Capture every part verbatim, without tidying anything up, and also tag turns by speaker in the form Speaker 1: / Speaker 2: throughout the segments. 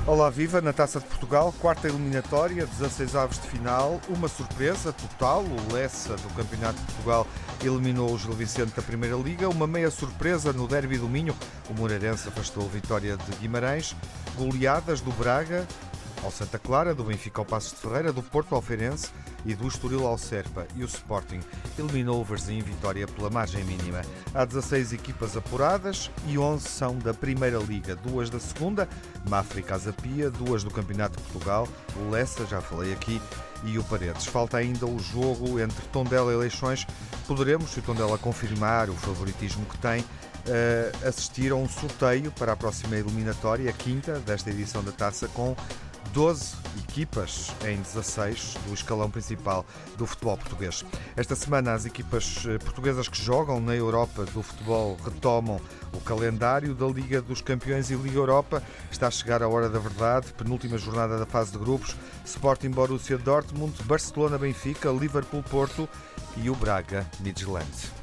Speaker 1: Olá, viva! Na Taça de Portugal, quarta eliminatória, dezasseis avos de final, uma surpresa total, o Lessa do Campeonato de Portugal eliminou o Gil Vicente da Primeira Liga, uma meia surpresa no Derby do Minho, o Moreirense afastou a Vitória de Guimarães, goleadas do Braga ao Santa Clara, do Benfica ao Passos de Ferreira, do Porto ao Feirense e do Estoril ao Serpa, e o Sporting eliminou o Varzim, vitória pela margem mínima. Há dezasseis equipas apuradas e onze são da Primeira Liga, duas da Segunda, Mafra e Casa Pia, duas do Campeonato de Portugal, o Lessa, já falei aqui, e o Paredes. Falta ainda o jogo entre Tondela e Leixões. Poderemos, se o Tondela confirmar o favoritismo que tem, assistir a um sorteio para a próxima eliminatória, a quinta desta edição da Taça, com doze equipas em dezasseis do escalão principal do futebol português. Esta semana as equipas portuguesas que jogam na Europa do futebol retomam o calendário da Liga dos Campeões e Liga Europa. Está a chegar a hora da verdade, penúltima jornada da fase de grupos. Sporting Borussia Dortmund, Barcelona Benfica, Liverpool Porto e o Braga Midtjylland.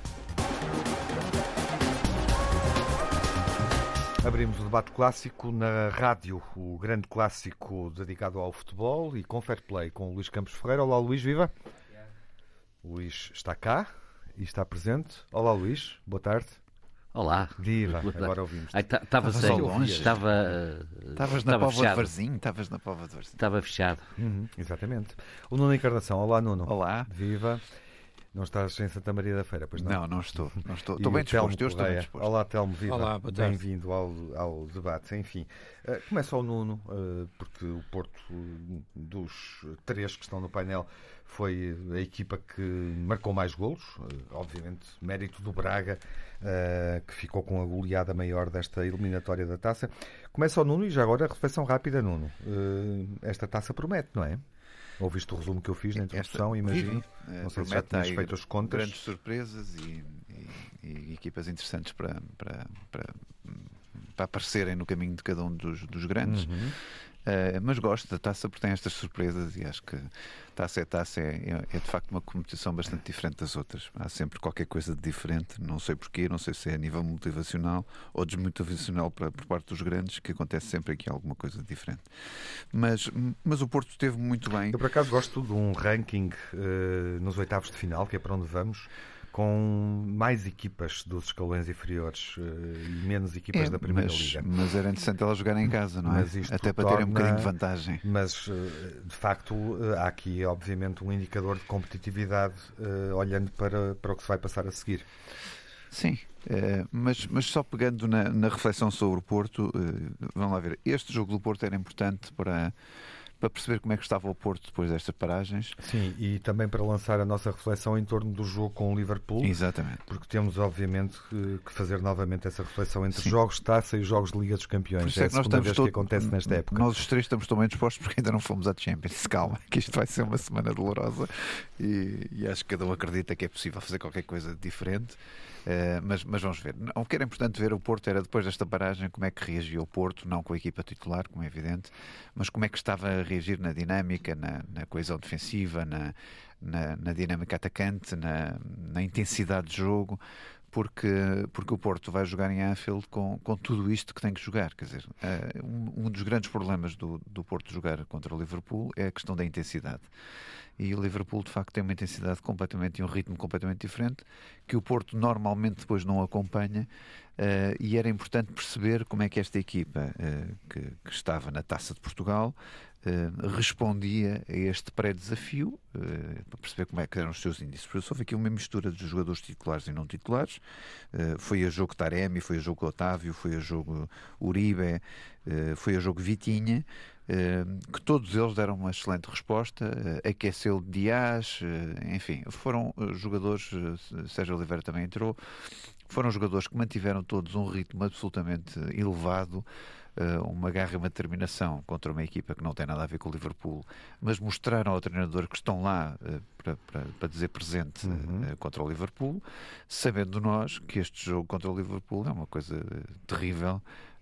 Speaker 1: Abrimos o debate clássico na rádio, o grande clássico dedicado ao futebol e com fair play com o Luís Campos Ferreira. Olá, Luís, viva! O Luís está cá e está presente. Olá, Luís, boa tarde.
Speaker 2: Olá.
Speaker 1: Viva, agora ouvimos.
Speaker 2: Estavas aí longe, estava...
Speaker 3: Estavas na Póvoa de Varzim, estavas na Póvoa de Varzim.
Speaker 2: Estava fechado.
Speaker 1: Uhum, exatamente. O Nuno Encarnação. Olá, Nuno.
Speaker 3: Olá.
Speaker 1: Viva. Não estás em Santa Maria da Feira, pois não?
Speaker 3: Não, não estou. Não estou. Estou bem disposto. Eu estou bem disposto.
Speaker 1: Olá, Telmo, viva.
Speaker 4: Olá, boa tarde.
Speaker 1: Bem-vindo ao, ao debate. Enfim, uh, começa ao Nuno, uh, porque o Porto, uh, dos três que estão no painel, foi a equipa que marcou mais golos. Uh, obviamente, mérito do Braga, uh, que ficou com a goleada maior desta eliminatória da Taça. Começa ao Nuno e já agora, reflexão rápida, Nuno. Uh, esta Taça promete, não é? Ouviste o resumo que eu fiz na introdução, imagino. Não sei se já tinhas feito as contas.
Speaker 3: Grandes surpresas e, e, e equipas interessantes para, para, para, para aparecerem no caminho de cada um dos, dos grandes. Uhum. Uh, mas gosto da Taça porque tem estas surpresas e acho que Taça é Taça é, é de facto uma competição bastante diferente das outras. Há sempre qualquer coisa de diferente, não sei porquê, não sei se é a nível motivacional ou desmotivacional para, por parte dos grandes, que acontece sempre aqui alguma coisa diferente. Mas, mas o Porto esteve muito bem.
Speaker 1: Eu por acaso gosto de um ranking uh, nos oitavos de final, que é para onde vamos, com mais equipas dos escalões inferiores uh, e menos equipas
Speaker 3: é,
Speaker 1: da Primeira
Speaker 3: mas,
Speaker 1: Liga.
Speaker 3: Mas era interessante elas jogarem em casa, não é? Até para terem um bocadinho de vantagem.
Speaker 1: Mas, uh, de facto, uh, há aqui, obviamente, um indicador de competitividade uh, olhando para, para o que se vai passar a seguir.
Speaker 3: Sim, uh, mas, mas só pegando na, na reflexão sobre o Porto, uh, vamos lá ver, este jogo do Porto era importante para... para perceber como é que estava o Porto depois destas paragens.
Speaker 1: Sim, e também para lançar a nossa reflexão em torno do jogo com o Liverpool.
Speaker 3: Exatamente.
Speaker 1: Porque temos, obviamente, que fazer novamente essa reflexão entre Sim. jogos de Taça e jogos de Liga dos Campeões. É, é a segunda vez todo... que acontece nesta época.
Speaker 3: Nós os três estamos tão bem dispostos porque ainda não fomos à Champions. Calma, que isto vai ser uma semana dolorosa e, e acho que cada um acredita que é possível fazer qualquer coisa diferente. Uh, mas, mas vamos ver. O que era importante ver o Porto era depois desta paragem como é que reagiu o Porto, não com a equipa titular, como é evidente, mas como é que estava a reagir na dinâmica, na, na coesão defensiva, na, na, na dinâmica atacante, na, na intensidade de jogo, porque, porque o Porto vai jogar em Anfield com, com tudo isto que tem que jogar. Quer dizer, uh, um, um dos grandes problemas do, do Porto jogar contra o Liverpool é a questão da intensidade. E o Liverpool, de facto, tem uma intensidade completamente e um ritmo completamente diferente que o Porto normalmente depois não acompanha uh, e era importante perceber como é que esta equipa uh, que, que estava na Taça de Portugal uh, respondia a este pré-desafio uh, para perceber como é que eram os seus índices. Por isso houve aqui uma mistura de jogadores titulares e não titulares. Uh, foi a jogo Taremi, foi a jogo Otávio, foi a jogo Uribe, uh, foi a jogo Vitinha. Uh, que todos eles deram uma excelente resposta, uh, aqueceu Dias, uh, enfim, foram uh, jogadores, uh, Sérgio Oliveira também entrou, foram jogadores que mantiveram todos um ritmo absolutamente elevado, uh, uma garra e uma determinação contra uma equipa que não tem nada a ver com o Liverpool, mas mostraram ao treinador que estão lá uh, para, para, para dizer presente uhum. uh, contra o Liverpool, sabendo nós que este jogo contra o Liverpool é uma coisa uh, terrível.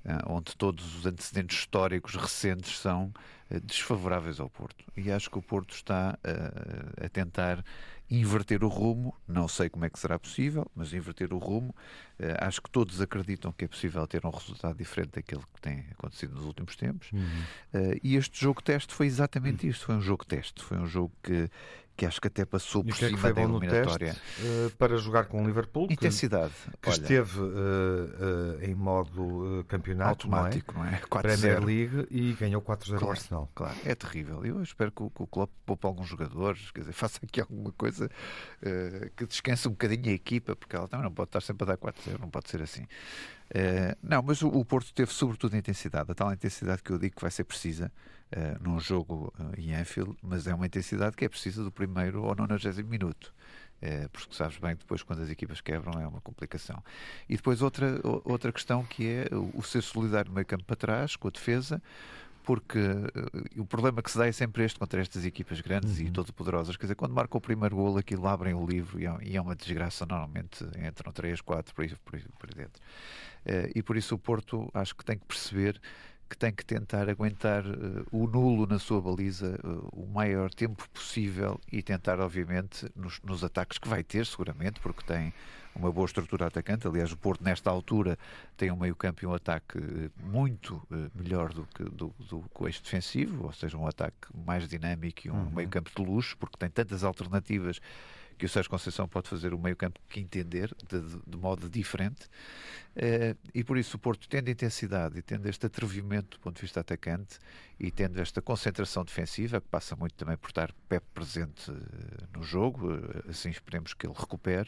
Speaker 3: onde todos os antecedentes históricos recentes são desfavoráveis ao Porto. E acho que o Porto está uh, a tentar inverter o rumo. Não sei como é que será possível, mas inverter o rumo. Uh, acho que todos acreditam que é possível ter um resultado diferente daquele que tem acontecido nos últimos tempos. Uhum. Uh, e este jogo-teste foi exatamente isto. Foi um jogo-teste. Foi um jogo que, que acho que até passou por cima da eliminatória.
Speaker 1: Uh, para jogar com o Liverpool.
Speaker 3: Intensidade.
Speaker 1: Que, que Olha, esteve uh, uh, em modo uh, campeonato
Speaker 3: automático, não é? Não é?
Speaker 1: Premier League e ganhou quatro zero ao
Speaker 3: claro,
Speaker 1: Arsenal.
Speaker 3: Claro, é terrível. Eu espero que o, que o Klopp poupe alguns jogadores, quer dizer, faça aqui alguma coisa uh, que descanse um bocadinho a equipa, porque ela também não pode estar sempre a dar quatro zero, não pode ser assim. Uh, não, mas o, o Porto teve sobretudo a intensidade, a tal intensidade que eu digo que vai ser precisa uh, num jogo uh, em Anfield, mas é uma intensidade que é precisa do primeiro ou nonagésimo minuto. É, porque sabes bem que depois quando as equipas quebram é uma complicação. E depois outra, outra questão que é o ser solidário no meio campo para trás, com a defesa, porque uh, o problema que se dá é sempre este contra estas equipas grandes uhum. e todo poderosas. Quer dizer, quando marcam o primeiro golo, aquilo abrem o livro e é, e é uma desgraça. Normalmente entram três, quatro por aí, por aí, por aí dentro. Uh, e por isso o Porto acho que tem que perceber que tem que tentar aguentar uh, o nulo na sua baliza uh, o maior tempo possível e tentar, obviamente, nos, nos ataques que vai ter, seguramente, porque tem uma boa estrutura atacante. Aliás, o Porto, nesta altura, tem um meio-campo e um ataque uh, muito uh, melhor do que, do, do que o eixo defensivo, ou seja, um ataque mais dinâmico e um uhum. meio-campo de luxo, porque tem tantas alternativas que o Sérgio Conceição pode fazer o meio-campo que entender, de, de, de modo diferente. Uh, e por isso o Porto, tendo intensidade e tendo este atrevimento do ponto de vista atacante e tendo esta concentração defensiva, que passa muito também por estar Pep presente uh, no jogo, uh, assim esperemos que ele recupere,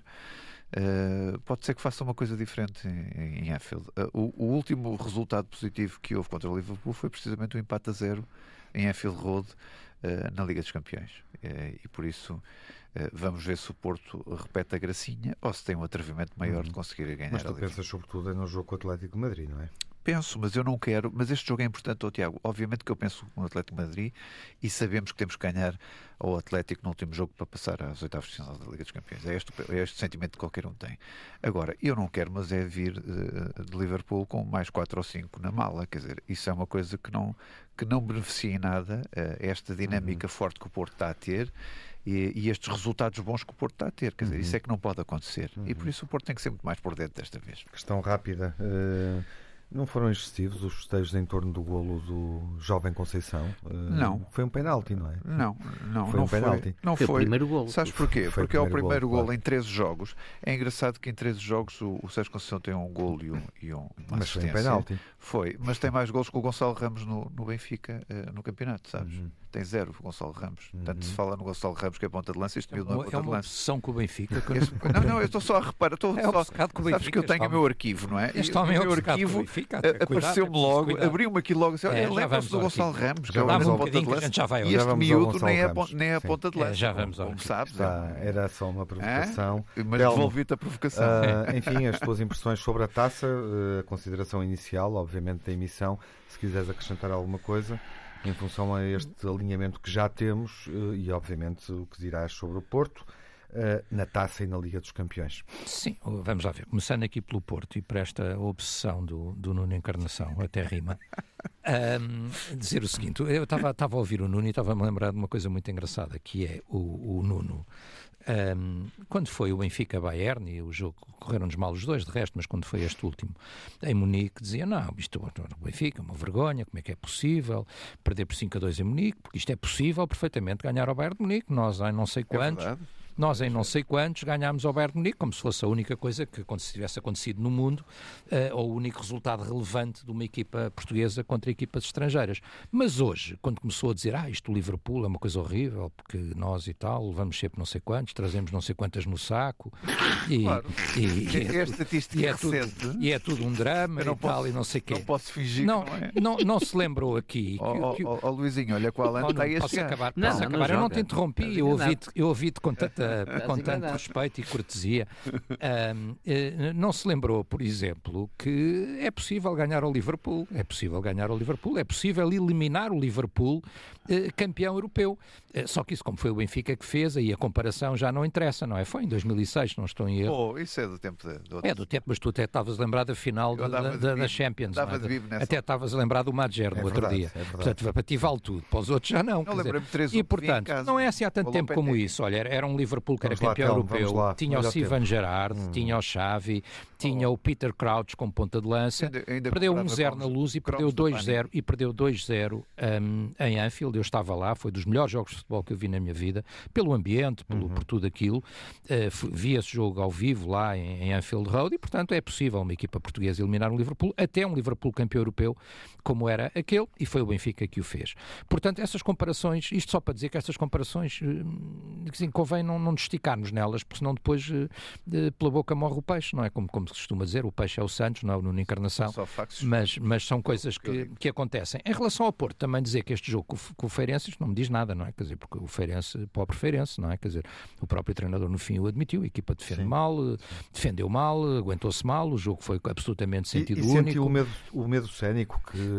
Speaker 3: uh, pode ser que faça uma coisa diferente em, em Anfield. Uh, o, o último resultado positivo que houve contra o Liverpool foi precisamente o empate a zero em Anfield Road uh, na Liga dos Campeões. Uh, e por isso Uh, vamos ver se o Porto repete a gracinha ou se tem um atrevimento maior uhum. de conseguir ganhar.
Speaker 1: Mas tu pensas sobretudo no jogo com o Atlético de Madrid, não é?
Speaker 3: Penso, mas eu não quero. Mas este jogo é importante, oh, Tiago. Obviamente que eu penso no Atlético de Madrid e sabemos que temos que ganhar ao Atlético no último jogo para passar às oitavas de final da Liga dos Campeões. É este, é este sentimento que qualquer um tem. Agora, eu não quero, mas é vir uh, de Liverpool com mais quatro ou cinco na mala. Quer dizer, isso é uma coisa que não, que não beneficia em nada uh, esta dinâmica uhum. forte que o Porto está a ter. E, e estes resultados bons que o Porto está a ter. Quer dizer, uhum. isso é que não pode acontecer. Uhum. E por isso o Porto tem que ser muito mais por dentro desta vez.
Speaker 1: Questão rápida. Uh, não foram excessivos os festejos em torno do golo do Jovem Conceição? Uh,
Speaker 3: não.
Speaker 1: Foi um penalti, não é?
Speaker 3: Não, não.
Speaker 1: Foi
Speaker 3: não
Speaker 1: um penalti.
Speaker 3: Não
Speaker 2: foi.
Speaker 3: foi.
Speaker 2: o primeiro golo.
Speaker 3: Sabes porquê?
Speaker 1: Foi
Speaker 3: Porque é o primeiro golo,
Speaker 1: claro.
Speaker 3: em treze jogos. É engraçado que em treze jogos o, o Sérgio Conceição tem um golo e, um, e um, uma
Speaker 1: mas
Speaker 3: assistência.
Speaker 1: Foi um penalti.
Speaker 3: Foi, mas tem mais golos que o Gonçalo Ramos no, no Benfica, uh, no campeonato, sabes? Uhum. Tem zero o Gonçalo Ramos. Uhum. Tanto se fala no Gonçalo Ramos que é ponta de lança, este miúdo não é ponta
Speaker 4: é
Speaker 3: de lança.
Speaker 4: É uma obsessão com o Benfica. Que...
Speaker 3: Esse, não, não, eu estou só a reparar. Estou
Speaker 4: é
Speaker 3: só,
Speaker 4: obcecado com o Benfica.
Speaker 3: Sabes que eu tenho o meu arquivo, não é?
Speaker 4: Este homem é
Speaker 3: o meu arquivo apareceu-me logo, abriu-me aqui logo assim,
Speaker 4: é,
Speaker 3: lembra-se do Gonçalo Ramos, que é
Speaker 4: o
Speaker 3: um ponta de lança.
Speaker 4: Já vai,
Speaker 3: e este miúdo nem é, nem é a
Speaker 1: Sim.
Speaker 3: ponta de lança.
Speaker 4: É, já vamos
Speaker 3: como sabes.
Speaker 1: Está, era só uma provocação.
Speaker 3: É? Mas devolvi-te a provocação.
Speaker 1: Uh, enfim, as tuas impressões sobre a taça, a uh, consideração inicial, obviamente, da emissão. Se quiseres acrescentar alguma coisa em função a este alinhamento que já temos uh, e, obviamente, o que dirás sobre o Porto uh, na taça e na Liga dos Campeões.
Speaker 4: Sim, vamos lá ver. Começando aqui pelo Porto e por esta obsessão do, do Nuno Encarnação, até rima. Um, dizer o seguinte, eu estava a ouvir o Nuno e estava-me a lembrar de uma coisa muito engraçada, que é o, o Nuno. Um, quando foi o Benfica-Bayern, e o jogo correram-nos mal os dois, de resto, mas quando foi este último, em Munique, dizia, não, isto é o Benfica, uma vergonha, como é que é possível perder por cinco a dois em Munique, porque isto é possível perfeitamente ganhar ao Bayern de Munique, nós em não sei quantos... É Nós, em não sei quantos, ganhámos ao Bayern de Munique, como se fosse a única coisa que tivesse acontecido no mundo, uh, ou o único resultado relevante de uma equipa portuguesa contra equipas estrangeiras. Mas hoje, quando começou a dizer, ah, isto o Liverpool é uma coisa horrível, porque nós e tal, levamos sempre não sei quantos, trazemos não sei quantas no saco, e,
Speaker 3: claro.
Speaker 4: e, e,
Speaker 3: é, é, estatística
Speaker 4: e, é tudo, e é tudo um drama e
Speaker 3: posso,
Speaker 4: tal, e não sei o quê.
Speaker 3: Não posso fingir
Speaker 4: não,
Speaker 3: que não é.
Speaker 4: Não, não se lembrou aqui...
Speaker 3: Ó oh, oh, oh, Luizinho, olha qual ano
Speaker 4: oh,
Speaker 3: está
Speaker 4: não,
Speaker 3: a
Speaker 4: posso
Speaker 3: chegar.
Speaker 4: acabar,
Speaker 2: não,
Speaker 4: posso
Speaker 2: não,
Speaker 4: acabar.
Speaker 2: Não
Speaker 4: eu não te interrompi, eu ouvi-te eu ouvi com tanta tanta, com tanto respeito e cortesia, um, não se lembrou, por exemplo, que é possível ganhar ao Liverpool, é possível ganhar ao Liverpool, é possível eliminar o Liverpool uh, campeão europeu. Uh, só que isso, como foi o Benfica que fez, aí a comparação já não interessa, não é? Foi em dois mil e seis, não estou em erro.
Speaker 3: Oh, isso é do tempo de, do...
Speaker 4: É do tempo, mas tu até estavas lembrado da final da, da, da, da Champions.
Speaker 3: Dava de vivo nessa.
Speaker 4: Até estavas lembrado do Madger no é outro
Speaker 1: verdade,
Speaker 4: dia.
Speaker 1: É
Speaker 4: Portanto, para ti vale tudo, para os outros já não.
Speaker 3: Não lembro-me três
Speaker 4: e portanto, não é assim há tanto tempo como isso. Olha, era um Liverpool que era
Speaker 1: vamos
Speaker 4: campeão
Speaker 1: lá,
Speaker 4: europeu,
Speaker 1: lá,
Speaker 4: tinha o Steven Gerrard, hum. tinha o Xavi, tinha oh. o Peter Crouch como ponta de lança, ainda, ainda perdeu um zero na Luz e perdeu dois zero e perdeu dois zero um, em Anfield. Eu estava lá, foi dos melhores jogos de futebol que eu vi na minha vida, pelo ambiente, pelo, uhum. por tudo aquilo. Uh, fui, vi esse jogo ao vivo lá em, em Anfield Road e, portanto, é possível uma equipa portuguesa eliminar um Liverpool, até um Liverpool campeão europeu, como era aquele, e foi o Benfica que o fez. Portanto, essas comparações, isto só para dizer que estas comparações, assim, convém não, não nos esticarmos nelas, porque senão depois pela boca morre o peixe, não é? Como, como se costuma dizer, o peixe é o Santos, não é o Nuno Encarnação, mas, mas são coisas que, que acontecem. Em relação ao Porto, também dizer que este jogo com, com o Feirense, isto não me diz nada, não é? Quer dizer, porque o Feirense, pobre Feirense, não é? Quer dizer, o próprio treinador no fim o admitiu, a equipa defende Sim. mal, defendeu mal, aguentou-se mal, o jogo foi absolutamente sentido
Speaker 1: e, e
Speaker 4: único.
Speaker 1: E sentiu o medo, o medo cénico,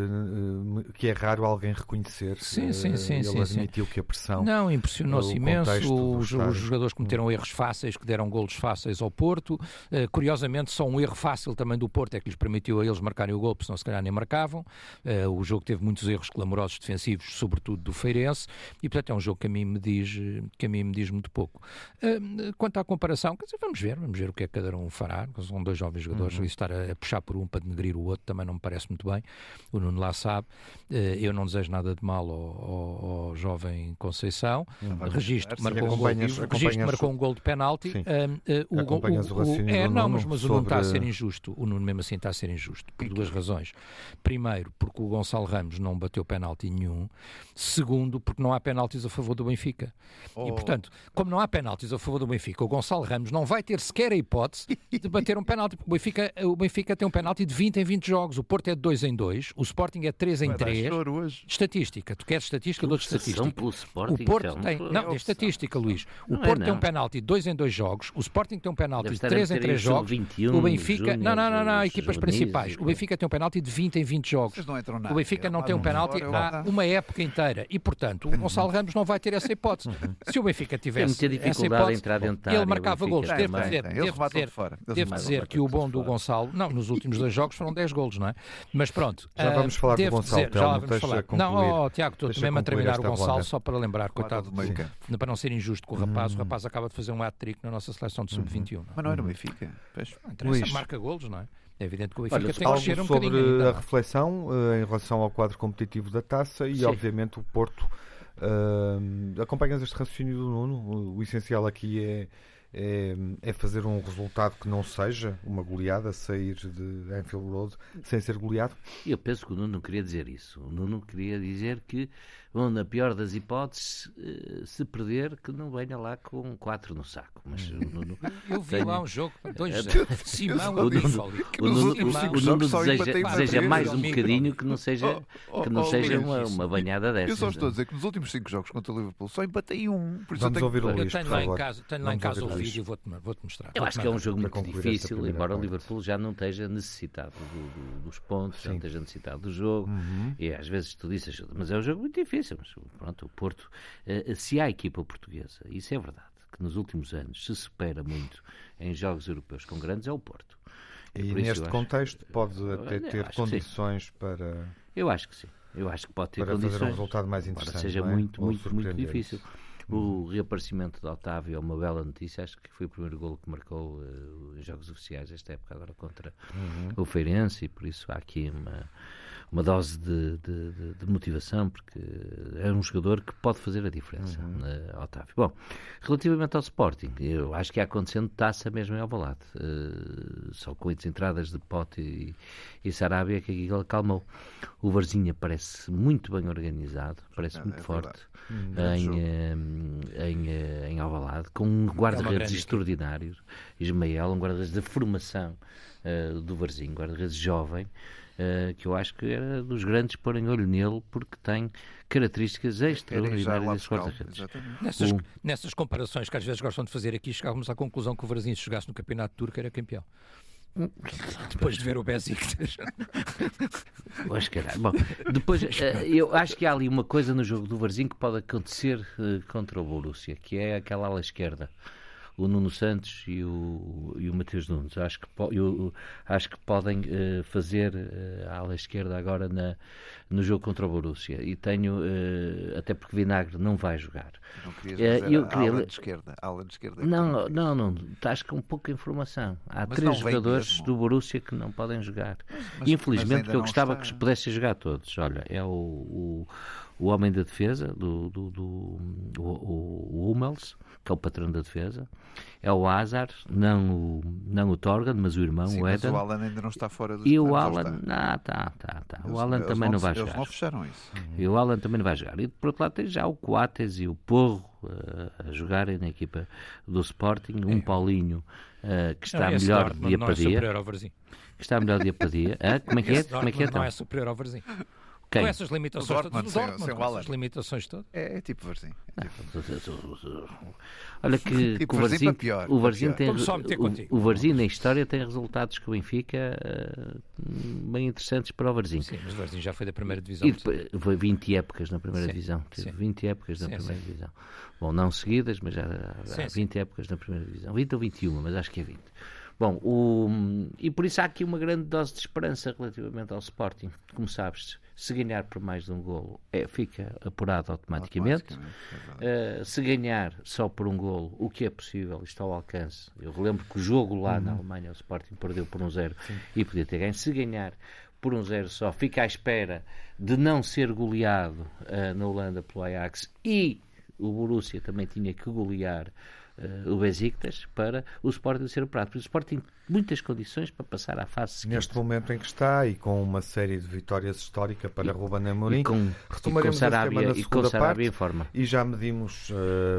Speaker 1: que, que é raro alguém reconhecer.
Speaker 4: Sim, sim, sim.
Speaker 1: Ele
Speaker 4: sim,
Speaker 1: admitiu
Speaker 4: sim.
Speaker 1: que a pressão...
Speaker 4: Não, impressionou-se imenso. Os, os jogadores cometeram erros fáceis, que deram golos fáceis ao Porto. Uh, curiosamente, só um erro fácil também do Porto é que lhes permitiu a eles marcarem o gol, porque senão se calhar nem marcavam. Uh, o jogo teve muitos erros clamorosos defensivos, sobretudo do Feirense, e portanto é um jogo que a mim me diz, que a mim me diz muito pouco. Uh, quanto à comparação, quer dizer, vamos ver, vamos ver o que é que cada um fará. São dois jovens jogadores, uhum. e estar a, a puxar por um para denegrir o outro também não me parece muito bem. O Nuno lá sabe. Uh, eu não desejo nada de mal ao, ao, ao jovem Conceição. Uhum. Registro, marcou um, gol, registro marcou um gol de penalti. Um, uh, o, o, o, é, não, mas, mas sobre... o Nuno está a ser injusto. O Nuno mesmo assim está a ser injusto, por duas razões. Primeiro, porque o Gonçalo Ramos não bateu penalti nenhum. Segundo, porque não há penaltis a favor do Benfica. Oh. E, portanto, como não há penaltis a favor do Benfica, o Gonçalo Ramos não vai ter sequer a hipótese de bater um penalti, porque o Benfica, o Benfica tem um penalti de vinte em vinte jogos. O Porto é de dois em dois, o Sporting é de três em três. Estatística. Tu queres estatística? Dou estatística. O Porto
Speaker 2: então,
Speaker 4: tem... Não, é estatística, Luís. O não Porto é, tem um penalti de dois em dois jogos, o Sporting tem um penalti de três em três jogos, vinte e um, o Benfica... Júnior, não, não, não, não, equipas principais. O Benfica tem um penalti de vinte em vinte jogos.
Speaker 3: Não nada,
Speaker 4: o Benfica não tem um penalti há uma época inteira. E, portanto, o Gonçalo Ramos não vai ter essa hipótese. Se o Benfica tivesse essa hipótese, ele marcava golos. Devo dizer, devo dizer, devo dizer que o bom do Gonçalo... Não, nos últimos dois jogos foram dez golos, não é? Mas pronto.
Speaker 1: Já vamos falar do Gonçalo,
Speaker 4: já lá vamos falar. Não, Tiago, estou mesmo a terminar o Gonçalo, só para lembrar, coitado, para não ser injusto com o rapaz. O rapaz acaba de fazer um hat-trick na nossa seleção de sub vinte e um.
Speaker 3: Mas não era o Benfica?
Speaker 4: Não interessa, marca golos, não é? É evidente que o Benfica
Speaker 1: Olha,
Speaker 4: tem que crescer um
Speaker 1: sobre
Speaker 4: bocadinho ainda.
Speaker 1: A reflexão uh, em relação ao quadro competitivo da Taça e, Sim. obviamente, o Porto. Uh, acompanhas este raciocínio do Nuno? O, o essencial aqui é, é, é fazer um resultado que não seja uma goleada, sair de Anfield Road sem ser goleado?
Speaker 2: Eu penso que o Nuno não queria dizer isso. O Nuno queria dizer que, bom, na pior das hipóteses, se perder, que não venha lá com quatro no saco. Mas o Nuno
Speaker 4: eu vi
Speaker 2: tem...
Speaker 4: lá um jogo, dois Simão e Bifoli.
Speaker 2: O Nuno, o Nuno deseja, deseja mais um bocadinho que não seja, oh, oh, que não oh, seja uma, uma banhada dessas.
Speaker 3: Eu só estou a dizer que nos últimos cinco jogos contra o Liverpool só empatei um.
Speaker 1: Por isso Vamos eu tenho, ouvir o Luís,
Speaker 4: eu tenho lá em casa, tenho lá em casa o vídeo e vou-te vou mostrar.
Speaker 2: Eu acho que é um jogo muito difícil, embora o Liverpool já não esteja necessitado do, do, dos pontos, Sim. já não esteja necessitado do jogo. Uhum. E às vezes tu dizes, mas é um jogo muito difícil. Mas pronto, o Porto, se há a equipa portuguesa, isso é verdade, que nos últimos anos se supera muito em jogos europeus com grandes, é o Porto.
Speaker 1: E, e neste contexto acho, pode até ter condições para...
Speaker 2: Eu acho que sim. Eu acho que pode ter
Speaker 1: para
Speaker 2: condições.
Speaker 1: Para fazer um resultado mais interessante.
Speaker 2: Embora seja
Speaker 1: não é?
Speaker 2: muito, muito, muito difícil. O reaparecimento de Otávio é uma bela notícia. Acho que foi o primeiro golo que marcou uh, em jogos oficiais esta época, agora contra uhum. o Feirense, e por isso há aqui uma, uma dose de, de, de, de motivação, porque é um jogador que pode fazer a diferença, uhum. uh, Otávio. Bom, relativamente ao Sporting, eu acho que há acontecendo taça mesmo em Alvalade. Uh, só com as entradas de Pote e, e Sarabia que aquilo acalmou. O Varzinha parece muito bem organizado, parece é, muito é forte hum, em, em, em Alvalade, com um guarda-redes é extraordinário, Ismael, um guarda-redes de formação uh, do Varzinho, guarda-redes jovem, uh, que eu acho que era dos grandes porem olho nele, porque tem características extraordinárias desse guarda-redes.
Speaker 4: Nessas,
Speaker 2: o...
Speaker 4: nessas comparações que às vezes gostam de fazer aqui, chegávamos à conclusão que o Varzim, se jogasse no Campeonato Turco, era campeão. Depois de ver o Besiktas.
Speaker 2: Pois, caralho. Bom, depois, eu acho que há ali uma coisa no jogo do Varzim que pode acontecer contra o Borussia, que é aquela ala esquerda. O Nuno Santos e o, e o Mateus Nunes. Acho que, eu, acho que podem uh, fazer uh, a ala esquerda agora na, no jogo contra o Borussia. E tenho, uh, até porque Vinagre não vai jogar.
Speaker 3: Não querias
Speaker 2: uh, eu
Speaker 3: a
Speaker 2: queria...
Speaker 3: ala de esquerda. A ala de esquerda é
Speaker 2: não, não, não, não. Estás com pouca informação. Há
Speaker 3: mas
Speaker 2: três jogadores do Borussia que não podem jogar.
Speaker 3: Mas,
Speaker 2: Infelizmente, porque eu gostava
Speaker 3: está...
Speaker 2: que pudessem jogar todos. Olha, é o, o, o homem da defesa, do, do, do, o, o Hummels, que é o patrão da defesa. É o Hazard, não o, não o Torgan, mas o irmão,
Speaker 3: Sim,
Speaker 2: o Eden.
Speaker 3: Mas o Alan ainda não está fora dos
Speaker 2: E
Speaker 3: planos,
Speaker 2: o Alan,
Speaker 3: está?
Speaker 2: não, tá, tá, tá.
Speaker 3: Eles,
Speaker 2: o Alan também
Speaker 3: não,
Speaker 2: não vai
Speaker 3: eles
Speaker 2: jogar.
Speaker 3: Eles não fecharam isso.
Speaker 2: E o Alan também não vai jogar. E por outro lado tem já o Coates e o Porro uh, a jogarem na equipa do Sporting. Um é. Paulinho uh, que está
Speaker 4: não,
Speaker 2: melhor
Speaker 4: Dortmund
Speaker 2: dia
Speaker 4: não
Speaker 2: para
Speaker 4: é
Speaker 2: dia.
Speaker 4: superior ao Varzim.
Speaker 2: Que está melhor dia para dia. Ah, como é que é?
Speaker 4: Esse
Speaker 2: Como é que é
Speaker 4: não
Speaker 2: então?
Speaker 4: é superior ao Varzim.
Speaker 2: Quem?
Speaker 4: Com essas limitações
Speaker 3: o Dortmund,
Speaker 4: todas.
Speaker 3: sem,
Speaker 4: O Dortmund,
Speaker 3: sem
Speaker 4: com
Speaker 3: o Alan.
Speaker 4: essas limitações todas.
Speaker 3: É, é tipo Varzim. É
Speaker 2: tipo... Olha que,
Speaker 3: tipo
Speaker 2: que o Varzim,
Speaker 3: pior,
Speaker 2: o Varzim tem o, o Varzim na história tem resultados com o Benfica uh, bem interessantes para o Varzim.
Speaker 4: Sim, mas o Varzim já foi da primeira divisão.
Speaker 2: E depois, foi vinte épocas na primeira
Speaker 4: sim,
Speaker 2: divisão. Teve
Speaker 4: sim.
Speaker 2: vinte épocas na
Speaker 4: sim,
Speaker 2: primeira
Speaker 4: sim.
Speaker 2: divisão. Bom, não seguidas, mas já
Speaker 4: sim,
Speaker 2: há
Speaker 4: sim.
Speaker 2: vinte épocas na primeira divisão. vinte ou vinte e uma, mas acho que é vinte. Bom, o, e por isso há aqui uma grande dose de esperança relativamente ao Sporting. Como sabes, se ganhar por mais de um golo, é, fica apurado automaticamente. automaticamente uh, se ganhar só por um golo, o que é possível, está ao alcance. Eu relembro que o jogo lá uhum. na Alemanha, o Sporting perdeu por um zero Sim. e podia ter ganho. Se ganhar por um zero só, fica à espera de não ser goleado uh, na Holanda pelo Ajax, e o Borussia também tinha que golear Uh, o Besiktas para o Sporting ser operado. Porque o Sporting tem muitas condições para passar à fase seguinte.
Speaker 1: Neste momento em que está, e com uma série de vitórias históricas para e, Ruben Amorim,
Speaker 2: e com,
Speaker 1: retomaremos
Speaker 2: e com Sarabia,
Speaker 1: esse tema na
Speaker 2: e
Speaker 1: segunda
Speaker 2: com Sarabia
Speaker 1: parte,
Speaker 2: em forma.
Speaker 1: E já medimos uh,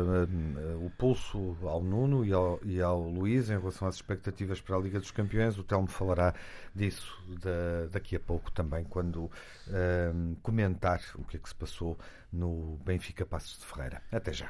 Speaker 1: uh, o pulso ao Nuno e ao, e ao Luís em relação às expectativas para a Liga dos Campeões. O Telmo falará disso da, daqui a pouco também, quando uh, comentar o que é que se passou no Benfica Passos de Ferreira. Até já.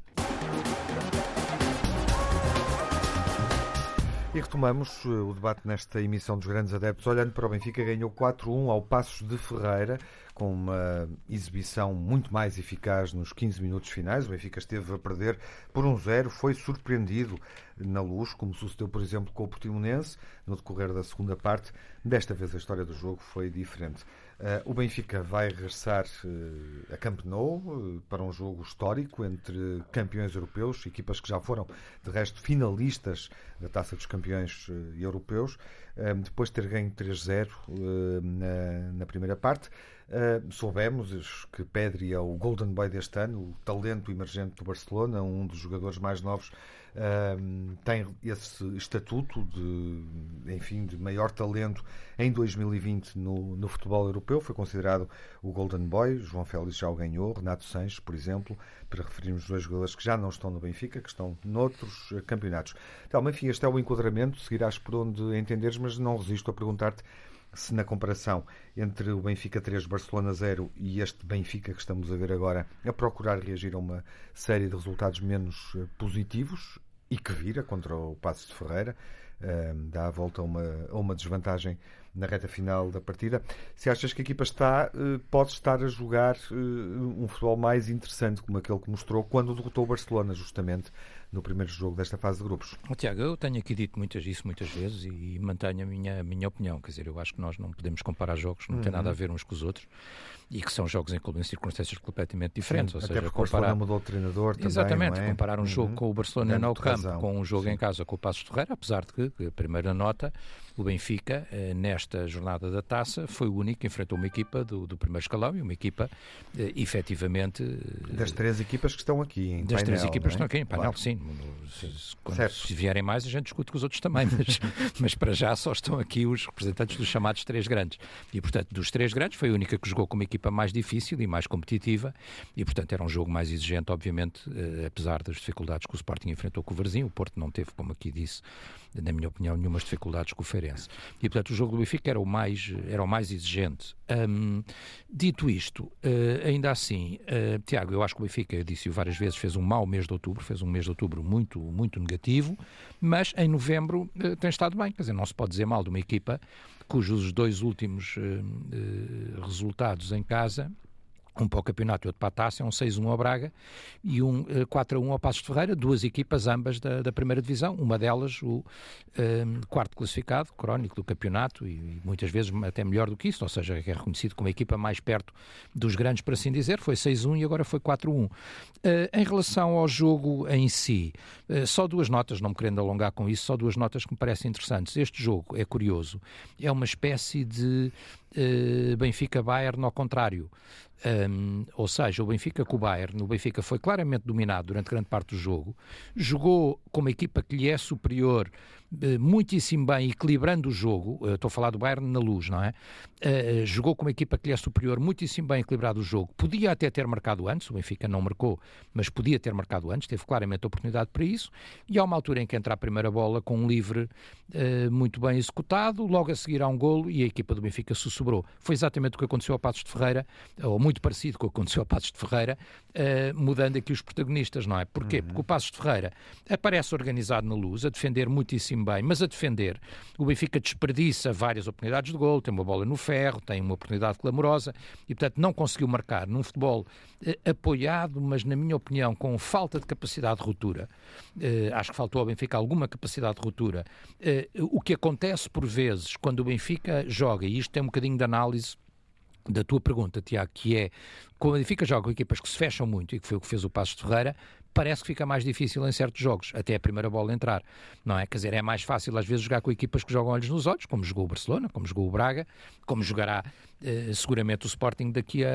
Speaker 1: E retomamos uh, o debate nesta emissão dos Grandes Adeptos. Olhando para o Benfica, ganhou quatro a um ao Passos de Ferreira, com uma exibição muito mais eficaz nos quinze minutos finais. O Benfica esteve a perder por um zero, foi surpreendido na Luz, como sucedeu, por exemplo, com o Portimonense, no decorrer da segunda parte. Desta vez a história do jogo foi diferente. Uh, o Benfica vai regressar uh, a Camp Nou uh, para um jogo histórico entre campeões europeus, equipas que já foram, de resto, finalistas da Taça dos Campeões uh, europeus, uh, depois de ter ganho três zero uh, na, na primeira parte. Uh, soubemos que Pedri é o Golden Boy deste ano, o talento emergente do Barcelona, um dos jogadores mais novos. Uh, tem esse estatuto de, enfim, de maior talento em dois mil e vinte no, no futebol europeu. Foi considerado o Golden Boy. João Félix já o ganhou, Renato Sanches, por exemplo, para referirmos dois jogadores que já não estão no Benfica, que estão noutros uh, campeonatos. Então, enfim, este é o enquadramento, seguirás por onde entenderes, mas não resisto a perguntar-te se na comparação entre o Benfica três, Barcelona zero e este Benfica que estamos a ver agora, a procurar reagir a uma série de resultados menos positivos, e que vira contra o Passos de Ferreira, dá a volta a uma, a uma desvantagem na reta final da partida. Se achas que a equipa está, pode estar a jogar um futebol mais interessante, como aquele que mostrou quando derrotou o Barcelona, justamente no primeiro jogo desta fase de grupos?
Speaker 4: Oh, Tiago, eu tenho aqui dito muitas, isso muitas vezes e mantenho a minha, a minha opinião. Quer dizer, eu acho que nós não podemos comparar jogos, não uhum. tem nada a ver uns com os outros, e que são jogos em, em circunstâncias completamente diferentes.
Speaker 1: Sim,
Speaker 4: ou
Speaker 1: até
Speaker 4: seja,
Speaker 1: porque
Speaker 4: comparar...
Speaker 1: o Barcelona mudou o treinador também.
Speaker 4: Exatamente,
Speaker 1: não é?
Speaker 4: comparar um
Speaker 1: uhum.
Speaker 4: jogo com o Barcelona no campo
Speaker 1: razão.
Speaker 4: com um jogo
Speaker 1: Sim.
Speaker 4: em casa com o Passos de Ferreira, apesar de que, que a primeira nota, o Benfica, nesta jornada da Taça, foi o único que enfrentou uma equipa do, do primeiro escalão e uma equipa, efetivamente...
Speaker 1: Das três equipas que estão aqui em
Speaker 4: Das
Speaker 1: painel,
Speaker 4: três equipas que estão
Speaker 1: é?
Speaker 4: aqui em painel,
Speaker 1: claro.
Speaker 4: sim. Se, quando,
Speaker 1: certo.
Speaker 4: se vierem mais, a gente discute com os outros também, mas, mas para já só estão aqui os representantes dos chamados três grandes. E, portanto, dos três grandes, foi a única que jogou com uma equipa mais difícil e mais competitiva, e, portanto, era um jogo mais exigente, obviamente, eh, apesar das dificuldades que o Sporting enfrentou com o Varzim. O Porto não teve, como aqui disse, na na minha opinião, nenhumas dificuldades com o Feirense. E, portanto, o jogo do Benfica era o mais, era o mais exigente. Um, dito isto, uh, ainda assim, uh, Tiago, eu acho que o Benfica, eu disse várias vezes, fez um mau mês de outubro, fez um mês de outubro muito, muito negativo, mas em novembro uh, tem estado bem. Quer dizer, não se pode dizer mal de uma equipa cujos dois últimos uh, uh, resultados em casa, um para o campeonato e outro para a taça, é um seis a um ao Braga e um uh, quatro a um ao Passos de Ferreira, duas equipas ambas da, da primeira divisão, uma delas o uh, quarto classificado, crónico do campeonato, e, e muitas vezes até melhor do que isso, ou seja, é reconhecido como a equipa mais perto dos grandes, por assim dizer. Foi seis a um e agora foi quatro a um. Uh, em relação ao jogo em si, uh, só duas notas, não me querendo alongar com isso, só duas notas que me parecem interessantes. Este jogo é curioso, é uma espécie de uh, Benfica-Bayern ao contrário. Um, ou seja, o Benfica com o Bayern, o Benfica foi claramente dominado durante grande parte do jogo, jogou com uma equipa que lhe é superior uh, muitíssimo bem, equilibrando o jogo, uh, estou a falar do Bayern na Luz, não é? Uh, jogou com uma equipa que lhe é superior, muitíssimo bem equilibrado o jogo, podia até ter marcado antes, o Benfica não marcou, mas podia ter marcado antes, teve claramente a oportunidade para isso, e há uma altura em que entra a primeira bola com um livre uh, muito bem executado, logo a seguir há um golo e a equipa do Benfica se sobrou. Foi exatamente o que aconteceu ao Passos de Ferreira, ou muito parecido com o que aconteceu ao Passos de Ferreira, uh, mudando aqui os protagonistas, não é? Porquê? Uhum. Porque o Passos de Ferreira aparece organizado na Luz, a defender muitíssimo bem, mas a defender, o Benfica desperdiça várias oportunidades de golo, tem uma bola no ferro, tem uma oportunidade clamorosa e, portanto, não conseguiu marcar num futebol uh, apoiado, mas, na minha opinião, com falta de capacidade de ruptura. Uh, acho que faltou ao Benfica alguma capacidade de ruptura. Uh, o que acontece, por vezes, quando o Benfica joga, e isto tem um bocadinho de análise da tua pergunta, Tiago, que é, quando o Benfica joga com equipas que se fecham muito, e que foi o que fez o Passos de Ferreira, parece que fica mais difícil em certos jogos, até a primeira bola entrar, não é? Quer dizer, é mais fácil às vezes jogar com equipas que jogam olhos nos olhos, como jogou o Barcelona, como jogou o Braga, como jogará eh, seguramente o Sporting daqui a,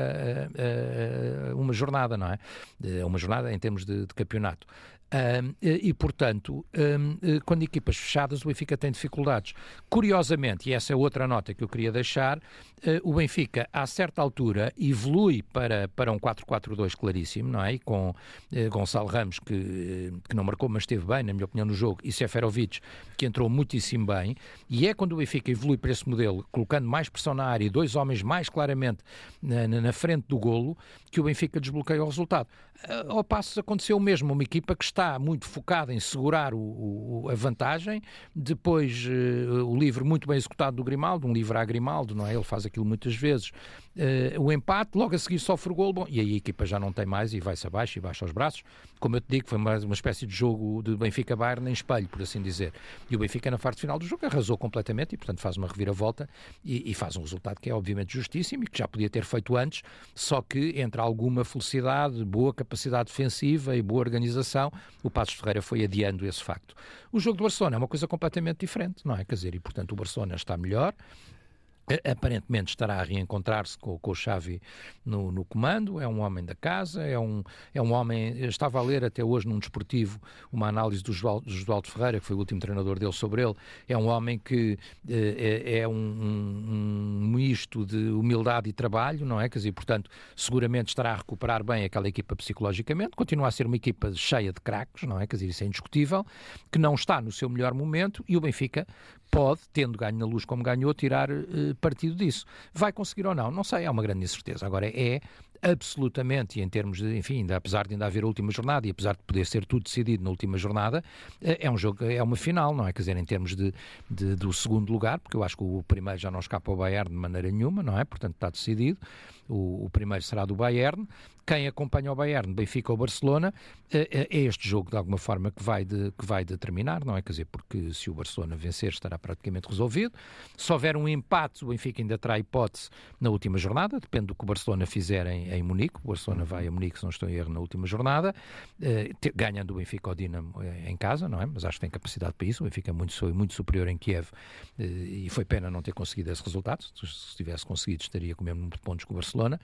Speaker 4: a, a uma jornada, não é? A uma jornada em termos de, de campeonato. Um, e, portanto, um, quando equipas fechadas, o Benfica tem dificuldades. Curiosamente, e essa é outra nota que eu queria deixar, uh, o Benfica, a certa altura, evolui para, para um quatro quatro dois claríssimo, não é? E com uh, Gonçalo Ramos, que, que não marcou, mas esteve bem, na minha opinião, no jogo, e Seferovic, que entrou muitíssimo bem, e é quando o Benfica evolui para esse modelo, colocando mais pressão na área e dois homens mais claramente na, na, na frente do golo, que o Benfica desbloqueia o resultado. Uh, ao passo aconteceu o mesmo, uma equipa que está está muito focado em segurar o, o, a vantagem, depois uh, o livre muito bem executado do Grimaldo, um livre a Grimaldo, não é? Ele faz aquilo muitas vezes, uh, o empate, logo a seguir sofre o golo, bom, e aí a equipa já não tem mais e vai-se abaixo e baixa os braços, como eu te digo, foi mais uma espécie de jogo de Benfica-Bayern em espelho, por assim dizer, e o Benfica na parte final do jogo arrasou completamente e portanto faz uma reviravolta e, e faz um resultado que é obviamente justíssimo e que já podia ter feito antes, só que entre alguma felicidade, boa capacidade defensiva e boa organização, o Passos de Ferreira foi adiando esse facto. O jogo do Barcelona é uma coisa completamente diferente, não é? Quer dizer, e portanto o Barcelona está melhor, aparentemente estará a reencontrar-se com, com o Xavi no, no comando, é um homem da casa, é um, é um homem, eu estava a ler até hoje num desportivo uma análise do Josualdo Ferreira, que foi o último treinador dele sobre ele, é um homem que é, é um, um, um misto de humildade e trabalho, não é? Quer dizer, portanto, seguramente estará a recuperar bem aquela equipa psicologicamente, continua a ser uma equipa cheia de craques, não é? Quer dizer, isso é indiscutível, que não está no seu melhor momento e o Benfica pode, tendo ganho na Luz como ganhou, tirar uh, partido disso. Vai conseguir ou não? Não sei, é uma grande incerteza. Agora, é absolutamente, e em termos de, enfim, de, apesar de ainda haver a última jornada e apesar de poder ser tudo decidido na última jornada, é um jogo, é uma final, não é? Quer dizer, em termos de, de, do segundo lugar, porque eu acho que o primeiro já não escapa ao Bayern de maneira nenhuma, não é? Portanto, está decidido. O, o primeiro será do Bayern. Quem acompanha o Bayern, Benfica ou Barcelona, é, é este jogo, de alguma forma, que vai, de, que vai determinar, não é? Quer dizer, porque se o Barcelona vencer, estará praticamente resolvido. Se houver um empate, o Benfica ainda terá hipótese na última jornada, depende do que o Barcelona fizer em, em Munique. O Barcelona vai a Munique, se não estou em erro, na última jornada, eh, te, ganhando o Benfica ao Dinamo em casa, não é? Mas acho que tem capacidade para isso. O Benfica é muito, muito superior em Kiev eh, e foi pena não ter conseguido esse resultado. Se tivesse conseguido, estaria com o mesmo número de pontos que o Barcelona.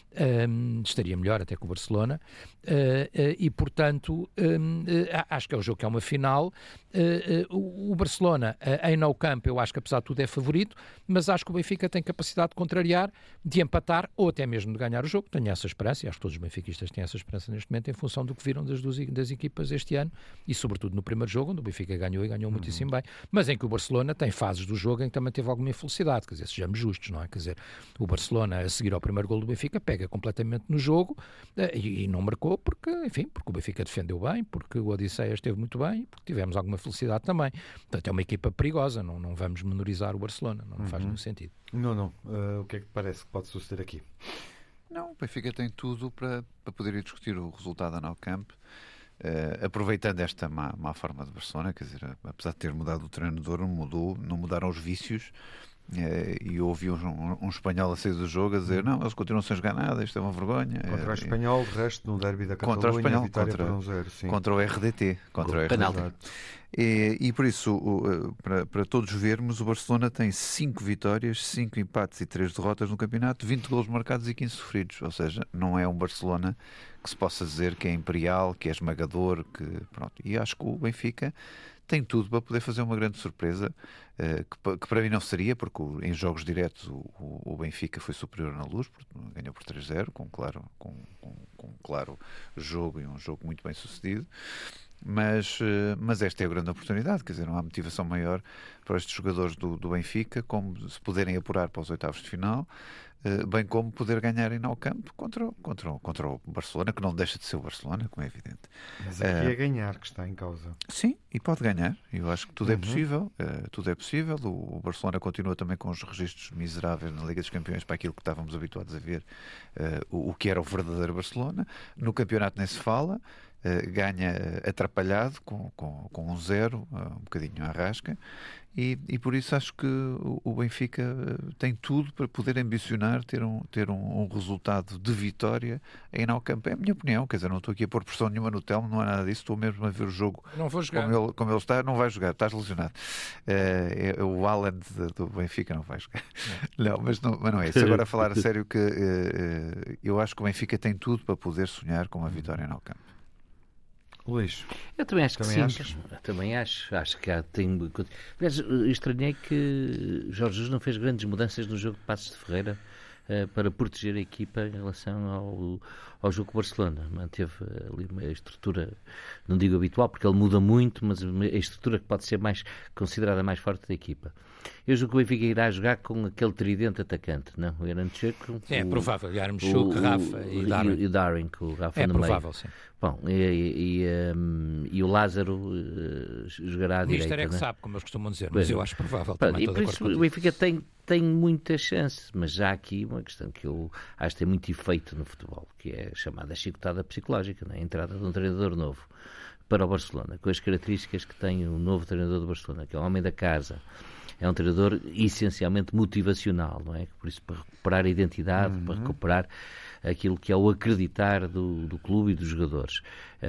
Speaker 4: Um, estaria melhor até que o Barcelona uh, uh, e portanto um, uh, acho que é um jogo que é uma final Uh, uh, o Barcelona, uh, em Nou Camp, eu acho que apesar de tudo é favorito, mas acho que o Benfica tem capacidade de contrariar, de empatar ou até mesmo de ganhar o jogo. Tenho essa esperança, e acho que todos os benfiquistas têm essa esperança neste momento, em função do que viram das duas das equipas este ano, e sobretudo no primeiro jogo, onde o Benfica ganhou e ganhou muitíssimo bem, mas em que o Barcelona tem fases do jogo em que também teve alguma infelicidade, quer dizer, sejamos justos, não é? Quer dizer, o Barcelona, a seguir ao primeiro gol do Benfica, pega completamente no jogo uh, e, e não marcou porque, enfim, porque o Benfica defendeu bem, porque o Odisseia esteve muito bem, porque tivemos alguma felicidade também. Portanto, é uma equipa perigosa, não, não vamos menorizar o Barcelona, não, não faz
Speaker 1: uhum.
Speaker 4: nenhum sentido.
Speaker 1: Não, não. Uh, o que é que parece que pode suceder aqui?
Speaker 3: Não, o Benfica tem tudo para, para poder ir discutir o resultado da Nou Camp, uh, aproveitando esta má, má forma de Barcelona, quer dizer, apesar de ter mudado o treinador, não mudou, não mudaram os vícios. É, e eu ouvi um, um, um espanhol a sair do jogo a dizer não, eles continuam sem jogar nada, isto é uma vergonha.
Speaker 1: Contra o
Speaker 3: é,
Speaker 1: espanhol, de resto, no derby da Catalunha,
Speaker 3: contra o espanhol,
Speaker 1: vitória
Speaker 3: contra,
Speaker 1: por um zero, sim.
Speaker 3: contra o R D T, contra o R D T. E, e por isso, o, para, para todos vermos, o Barcelona tem cinco vitórias, cinco empates e três derrotas no campeonato, vinte golos marcados e quinze sofridos. Ou seja, não é um Barcelona que se possa dizer que é imperial, que é esmagador, que pronto. E acho que o Benfica tem tudo para poder fazer uma grande surpresa, uh, que, que para mim não seria, porque o, em jogos diretos o, o Benfica foi superior na Luz, ganhou por três a zero, com, claro, com, com, com um claro jogo e um jogo muito bem sucedido. Mas, uh, mas esta é a grande oportunidade, quer dizer, não há motivação maior para estes jogadores do, do Benfica, como se poderem apurar para os oitavos de final, uh, bem como poder ganhar em Nou Camp contra, contra, contra o Barcelona, que não deixa de ser o Barcelona, como é evidente.
Speaker 1: Mas aqui uh, é ganhar que está em causa.
Speaker 3: Sim, e pode ganhar. Eu acho que tudo uhum. é possível. Uh, tudo é possível. O, o Barcelona continua também com os registros miseráveis na Liga dos Campeões para aquilo que estávamos habituados a ver, uh, o, o que era o verdadeiro Barcelona. No campeonato nem se fala. Uh, ganha uh, atrapalhado com, com, com um zero, uh, um bocadinho à rasca, e, e por isso acho que o, o Benfica uh, tem tudo para poder ambicionar ter, um, ter um, um resultado de vitória em Nou Camp. É a minha opinião, quer dizer, não estou aqui a pôr pressão nenhuma no Telmo, não há nada disso, estou mesmo a ver o jogo
Speaker 4: não vou jogar.
Speaker 3: Como, ele, como ele está, não vai jogar, estás lesionado. Uh, é, o Alan do Benfica não vai jogar. Não, não, mas, não mas não é isso. Agora a falar a sério, que uh, uh, eu acho que o Benfica tem tudo para poder sonhar com a vitória em Nou Camp.
Speaker 1: Luís,
Speaker 2: eu também acho
Speaker 1: também
Speaker 2: que sim. Eu também acho. Acho que há, tem... Aliás, estranhei que Jorge Jesus não fez grandes mudanças no jogo de Passos de Ferreira uh, para proteger a equipa em relação ao, ao jogo com o Barcelona. Manteve ali uma estrutura, não digo habitual, porque ele muda muito, mas a estrutura que pode ser mais considerada mais forte da equipa. Eu julgo que o Benfica irá jogar com aquele tridente atacante, não? O Yaramchuk,
Speaker 4: é o, provável, Yaramchuk, Rafa e Darwin.
Speaker 2: E o Darwin, com o Rafa
Speaker 4: é
Speaker 2: no
Speaker 4: provável,
Speaker 2: meio.
Speaker 4: Sim.
Speaker 2: Bom, e, e, um, e o Lázaro uh, jogará à
Speaker 4: o
Speaker 2: direita.
Speaker 4: O Mister é que
Speaker 2: né? sabe,
Speaker 4: como eles costumam dizer, mas Bem, eu acho provável.
Speaker 2: Pronto,
Speaker 4: também,
Speaker 2: e por isso o Benfica tem, tem muita chance, mas já há aqui uma questão que eu acho que tem muito efeito no futebol, que é chamada chicotada psicológica, né? A entrada de um treinador novo para o Barcelona, com as características que tem o novo treinador do Barcelona, que é o homem da casa. É um treinador essencialmente motivacional, não é? Por isso, para recuperar a identidade, uhum. para recuperar aquilo que é o acreditar do, do clube e dos jogadores.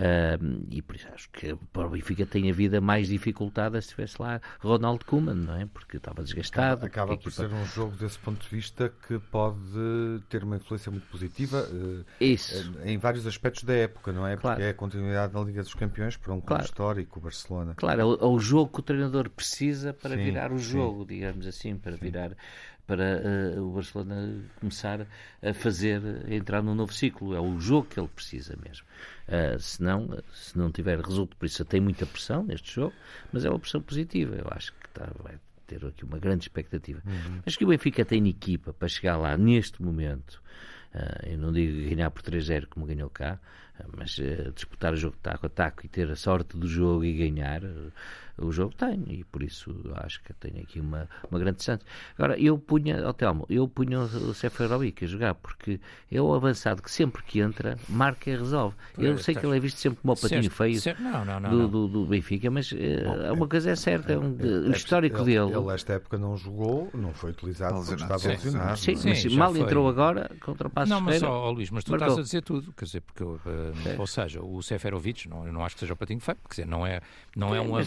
Speaker 2: Uh, e por isso acho que para o Benfica tem a vida mais dificultada se tivesse lá Ronald Koeman, não é? Porque estava desgastado.
Speaker 1: Acaba, acaba por equipa... ser um jogo desse ponto de vista que pode ter uma influência muito positiva uh,
Speaker 2: isso.
Speaker 1: em vários aspectos da época, não é?
Speaker 2: Claro.
Speaker 1: Porque é a continuidade na Liga dos Campeões para um clube
Speaker 2: claro.
Speaker 1: histórico, o Barcelona.
Speaker 2: Claro, é o, é o jogo que o treinador precisa para
Speaker 1: sim,
Speaker 2: virar o jogo,
Speaker 1: sim.
Speaker 2: digamos assim, para
Speaker 1: sim.
Speaker 2: virar para uh, o Barcelona começar a fazer, a entrar num novo ciclo. É o jogo que ele precisa mesmo. Uh, se, não, se não tiver resultado, por isso tem muita pressão neste jogo, mas é uma pressão positiva. Eu acho que tá, vai ter aqui uma grande expectativa.
Speaker 1: Uhum.
Speaker 2: Acho que o Benfica tem equipa para chegar lá neste momento. Uh, eu não digo ganhar por três a zero como ganhou cá, uh, mas uh, disputar o jogo taco a taco e ter a sorte do jogo e ganhar uh, o jogo tem, e por isso acho que tem aqui uma, uma grande chance. Agora, eu punha, oh, Telmo, eu punha o Seferovic a jogar, porque é o avançado que sempre que entra, marca e resolve. Por eu sei que ele é visto sempre como o patinho
Speaker 4: certo,
Speaker 2: feio
Speaker 4: certo. Não, não, não,
Speaker 2: do,
Speaker 4: não.
Speaker 2: Do, do Benfica, mas uh,
Speaker 1: Bom,
Speaker 2: uma coisa é certa, é um,
Speaker 1: é,
Speaker 2: o histórico
Speaker 1: ele,
Speaker 2: dele.
Speaker 1: Ele esta época não jogou, não foi utilizado porque estava
Speaker 3: sim,
Speaker 1: lesionado.
Speaker 2: Sim,
Speaker 3: sim,
Speaker 2: mas
Speaker 3: sim,
Speaker 2: mal
Speaker 4: foi.
Speaker 2: entrou agora contra o Passos
Speaker 4: Não, mas
Speaker 2: Ferreira,
Speaker 4: ó, Luís, mas tu
Speaker 2: marcou.
Speaker 4: estás a dizer tudo, quer dizer, porque, uh, ou seja, o Seferovic, não, eu não acho que seja o patinho feio, quer dizer, não é, não é um
Speaker 2: mas
Speaker 4: avançado.
Speaker 2: Não,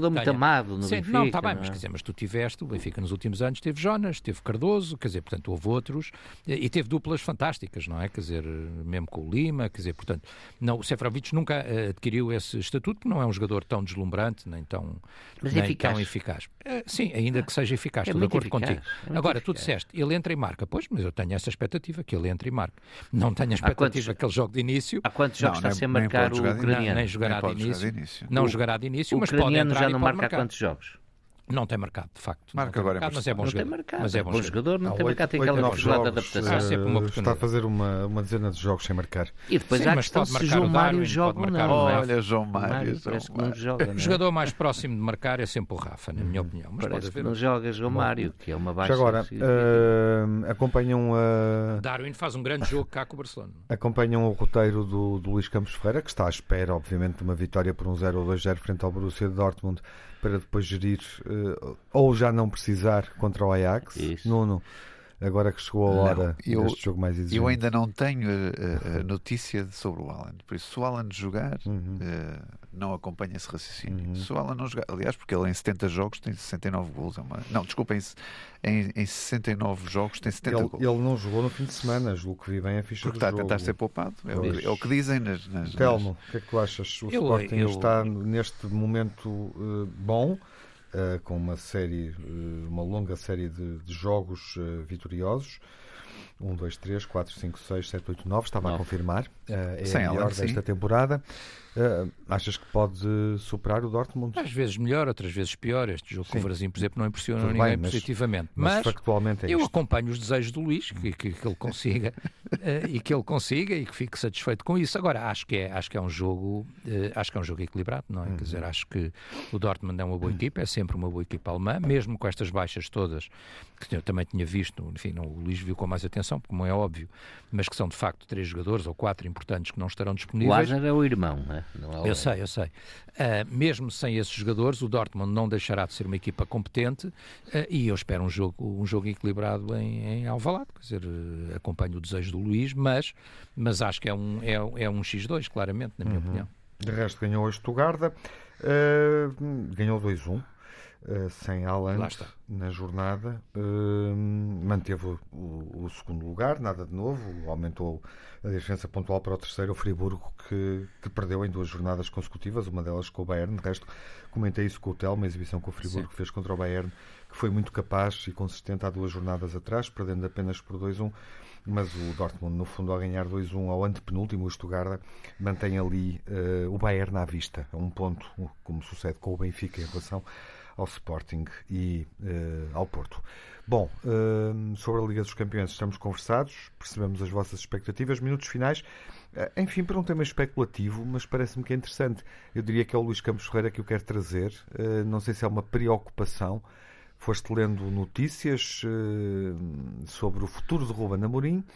Speaker 2: jogador muito
Speaker 4: tenha...
Speaker 2: amado no
Speaker 4: Sim,
Speaker 2: Benfica.
Speaker 4: Não, está bem,
Speaker 2: não é?
Speaker 4: mas, quer dizer, mas tu tiveste, o Benfica nos últimos anos teve Jonas, teve Cardoso, quer dizer, portanto houve outros, e teve duplas fantásticas, não é? Quer dizer, mesmo com o Lima, quer dizer, portanto, não, o Seferovic nunca uh, adquiriu esse estatuto, porque não é um jogador tão deslumbrante, nem tão,
Speaker 2: mas
Speaker 4: nem
Speaker 2: eficaz.
Speaker 4: tão eficaz. Uh, sim, ainda que seja eficaz,
Speaker 2: É
Speaker 4: estou de acordo
Speaker 2: eficaz,
Speaker 4: contigo.
Speaker 2: é
Speaker 4: Agora,
Speaker 2: eficaz.
Speaker 4: tu disseste, ele entra e marca, pois, mas eu tenho essa expectativa, que ele entre e marque. Não tenho a expectativa
Speaker 2: quantos...
Speaker 4: que ele jogue de início.
Speaker 2: Há quantos jogos
Speaker 3: Não,
Speaker 2: está sem
Speaker 3: nem
Speaker 2: marcar
Speaker 3: pode
Speaker 2: o
Speaker 3: jogar de-
Speaker 2: ucraniano?
Speaker 4: Nem, nem jogará
Speaker 3: Nem
Speaker 4: de
Speaker 3: pode
Speaker 4: início.
Speaker 3: jogar de início.
Speaker 4: Não
Speaker 2: O-
Speaker 4: jogará de início,
Speaker 2: O
Speaker 4: mas pode
Speaker 2: ucraniano
Speaker 4: entrar
Speaker 2: já
Speaker 4: e
Speaker 2: não
Speaker 4: pode
Speaker 2: marca há
Speaker 4: marcar.
Speaker 2: quantos jogos?
Speaker 4: Não tem marcado, de facto.
Speaker 3: Marca
Speaker 4: Não tem
Speaker 3: agora
Speaker 4: marcado, mas é bom
Speaker 2: Não tem
Speaker 4: jogador.
Speaker 2: marcado.
Speaker 4: Mas é bom
Speaker 2: bom
Speaker 4: jogador.
Speaker 2: jogador, não
Speaker 1: Há
Speaker 2: tem
Speaker 1: oito-
Speaker 2: marcado, tem
Speaker 1: oito,
Speaker 2: aquela
Speaker 1: nove
Speaker 2: jogada de
Speaker 1: jogos,
Speaker 2: adaptação.
Speaker 4: Ah, sempre uma
Speaker 1: eh,
Speaker 4: oportunidade.
Speaker 1: está a fazer uma, uma dezena de jogos sem marcar.
Speaker 2: E depois
Speaker 4: Sim,
Speaker 2: há a
Speaker 4: mas
Speaker 2: questão
Speaker 4: pode
Speaker 2: se
Speaker 4: marcar
Speaker 2: João
Speaker 4: o
Speaker 2: Mário
Speaker 4: Darwin,
Speaker 2: joga
Speaker 4: pode
Speaker 2: ou
Speaker 4: marcar
Speaker 2: não.
Speaker 4: o
Speaker 2: não é?
Speaker 3: Olha, João
Speaker 2: O
Speaker 3: Mário.
Speaker 2: parece
Speaker 3: João
Speaker 2: que não
Speaker 3: Mário.
Speaker 2: joga.
Speaker 4: O
Speaker 2: não é?
Speaker 4: jogador mais próximo de marcar é sempre o Rafa, na minha opinião. Mas pode
Speaker 2: Parece que
Speaker 4: haver
Speaker 2: não joga João Mário, que é uma baixa.
Speaker 1: Já agora,
Speaker 2: significativa.
Speaker 1: eh, acompanham, a,
Speaker 4: Darwin faz um grande jogo cá com o Barcelona.
Speaker 1: acompanham o roteiro do, do Luís Campos Ferreira, que está à espera, obviamente, de uma vitória por um zero ou dois zero frente ao Borussia de Dortmund, para depois gerir, eh, ou já não precisar, contra o Ajax.
Speaker 2: Isso.
Speaker 1: Nuno, agora que chegou a
Speaker 3: Não,
Speaker 1: hora
Speaker 3: eu-
Speaker 1: deste jogo mais exigente.
Speaker 3: Eu ainda não tenho a, a- a notícia sobre o Alan. Por isso, se o Alan jogar,
Speaker 1: Uhum.
Speaker 3: eh, não acompanha esse raciocínio.
Speaker 1: Uhum.
Speaker 3: Se o Alan não jogar, aliás, porque ele em setenta jogos tem sessenta e nove gols. É uma... Não, desculpa, em, em, em sessenta e nove jogos tem setenta
Speaker 1: Ele,
Speaker 3: gols.
Speaker 1: ele não jogou no fim de semana, julgo que vi bem a ficha
Speaker 3: Porque
Speaker 1: do
Speaker 3: está a
Speaker 1: jogo.
Speaker 3: tentar ser poupado. É o,
Speaker 1: Pois.
Speaker 3: é o que dizem nas. nas
Speaker 1: Telmo, o que é que tu achas? O
Speaker 4: Eu-
Speaker 1: Sporting
Speaker 4: eu-
Speaker 1: está neste momento eh, bom, eh, com uma série, eh, uma longa série de, de jogos eh, vitoriosos. um, dois, três, quatro, cinco, seis, sete, oito, nove. Estava a
Speaker 2: Nove.
Speaker 1: confirmar. Eh, é
Speaker 3: Sem
Speaker 1: a melhor
Speaker 3: Alan, sim.
Speaker 1: desta temporada. Eh, achas que pode superar o Dortmund?
Speaker 4: Às vezes melhor, outras vezes pior. Este jogo com o
Speaker 1: Sim.
Speaker 4: Brasil, por exemplo, não impressiona
Speaker 1: Tudo
Speaker 4: ninguém
Speaker 1: bem, mas-
Speaker 4: positivamente.
Speaker 1: Mas,
Speaker 4: Mas,
Speaker 1: factualmente é
Speaker 4: eu
Speaker 1: isto.
Speaker 4: acompanho os desejos do Luís, que, que, que ele consiga eh, e que ele consiga e que fique satisfeito com isso. Agora, acho que é, acho que é um jogo eh, acho que é um jogo equilibrado, não é?
Speaker 1: Uhum.
Speaker 4: Quer dizer, acho que o Dortmund é uma boa equipa, é sempre uma boa equipa alemã, mesmo com estas baixas todas, que eu também tinha visto, enfim, não, o Luís viu com mais atenção, como é óbvio, mas que são de facto três jogadores ou quatro importantes que não estarão
Speaker 2: O
Speaker 4: disponíveis.
Speaker 2: Asner é o irmão, não é? Não é o-
Speaker 4: Eu sei, eu sei. Uh, mesmo sem esses jogadores, o Dortmund não deixará de ser uma equipa competente uh, e eu espero um jogo, um jogo equilibrado em, em Alvalade. Quer dizer, uh, acompanho o desejo do Luís, mas, mas acho que é um, é, é um xis dois, claramente, na minha
Speaker 1: Uhum.
Speaker 4: opinião.
Speaker 1: De resto, ganhou hoje Stuttgart, eh, ganhou dois um, eh, sem
Speaker 4: Lá
Speaker 1: Haaland
Speaker 4: está.
Speaker 1: na jornada, eh, manteve o, o- o segundo lugar, nada de novo, aumentou a diferença pontual para o terceiro, o Friburgo, que, que perdeu em duas jornadas consecutivas, uma delas com o Bayern. De resto, comentei isso com o Telmo, uma exibição que o Friburgo
Speaker 4: Sim.
Speaker 1: fez contra o Bayern, que foi muito capaz e consistente há duas jornadas atrás, perdendo apenas por dois um. Mas o Dortmund, no fundo, ao ganhar dois um ao antepenúltimo, o Stuttgart, mantém ali eh, o Bayern à vista, a um ponto, como sucede com o Benfica em relação ao Sporting e eh, ao Porto. Bom, eh, sobre a Liga dos Campeões estamos conversados, percebemos as vossas expectativas, minutos finais, eh, enfim, para um tema especulativo, mas parece-me que é interessante. Eu diria que é o Luís Campos Ferreira que eu quero trazer, eh, não sei se é uma preocupação. Foste lendo notícias uh, sobre o futuro de Ruben Amorim uh,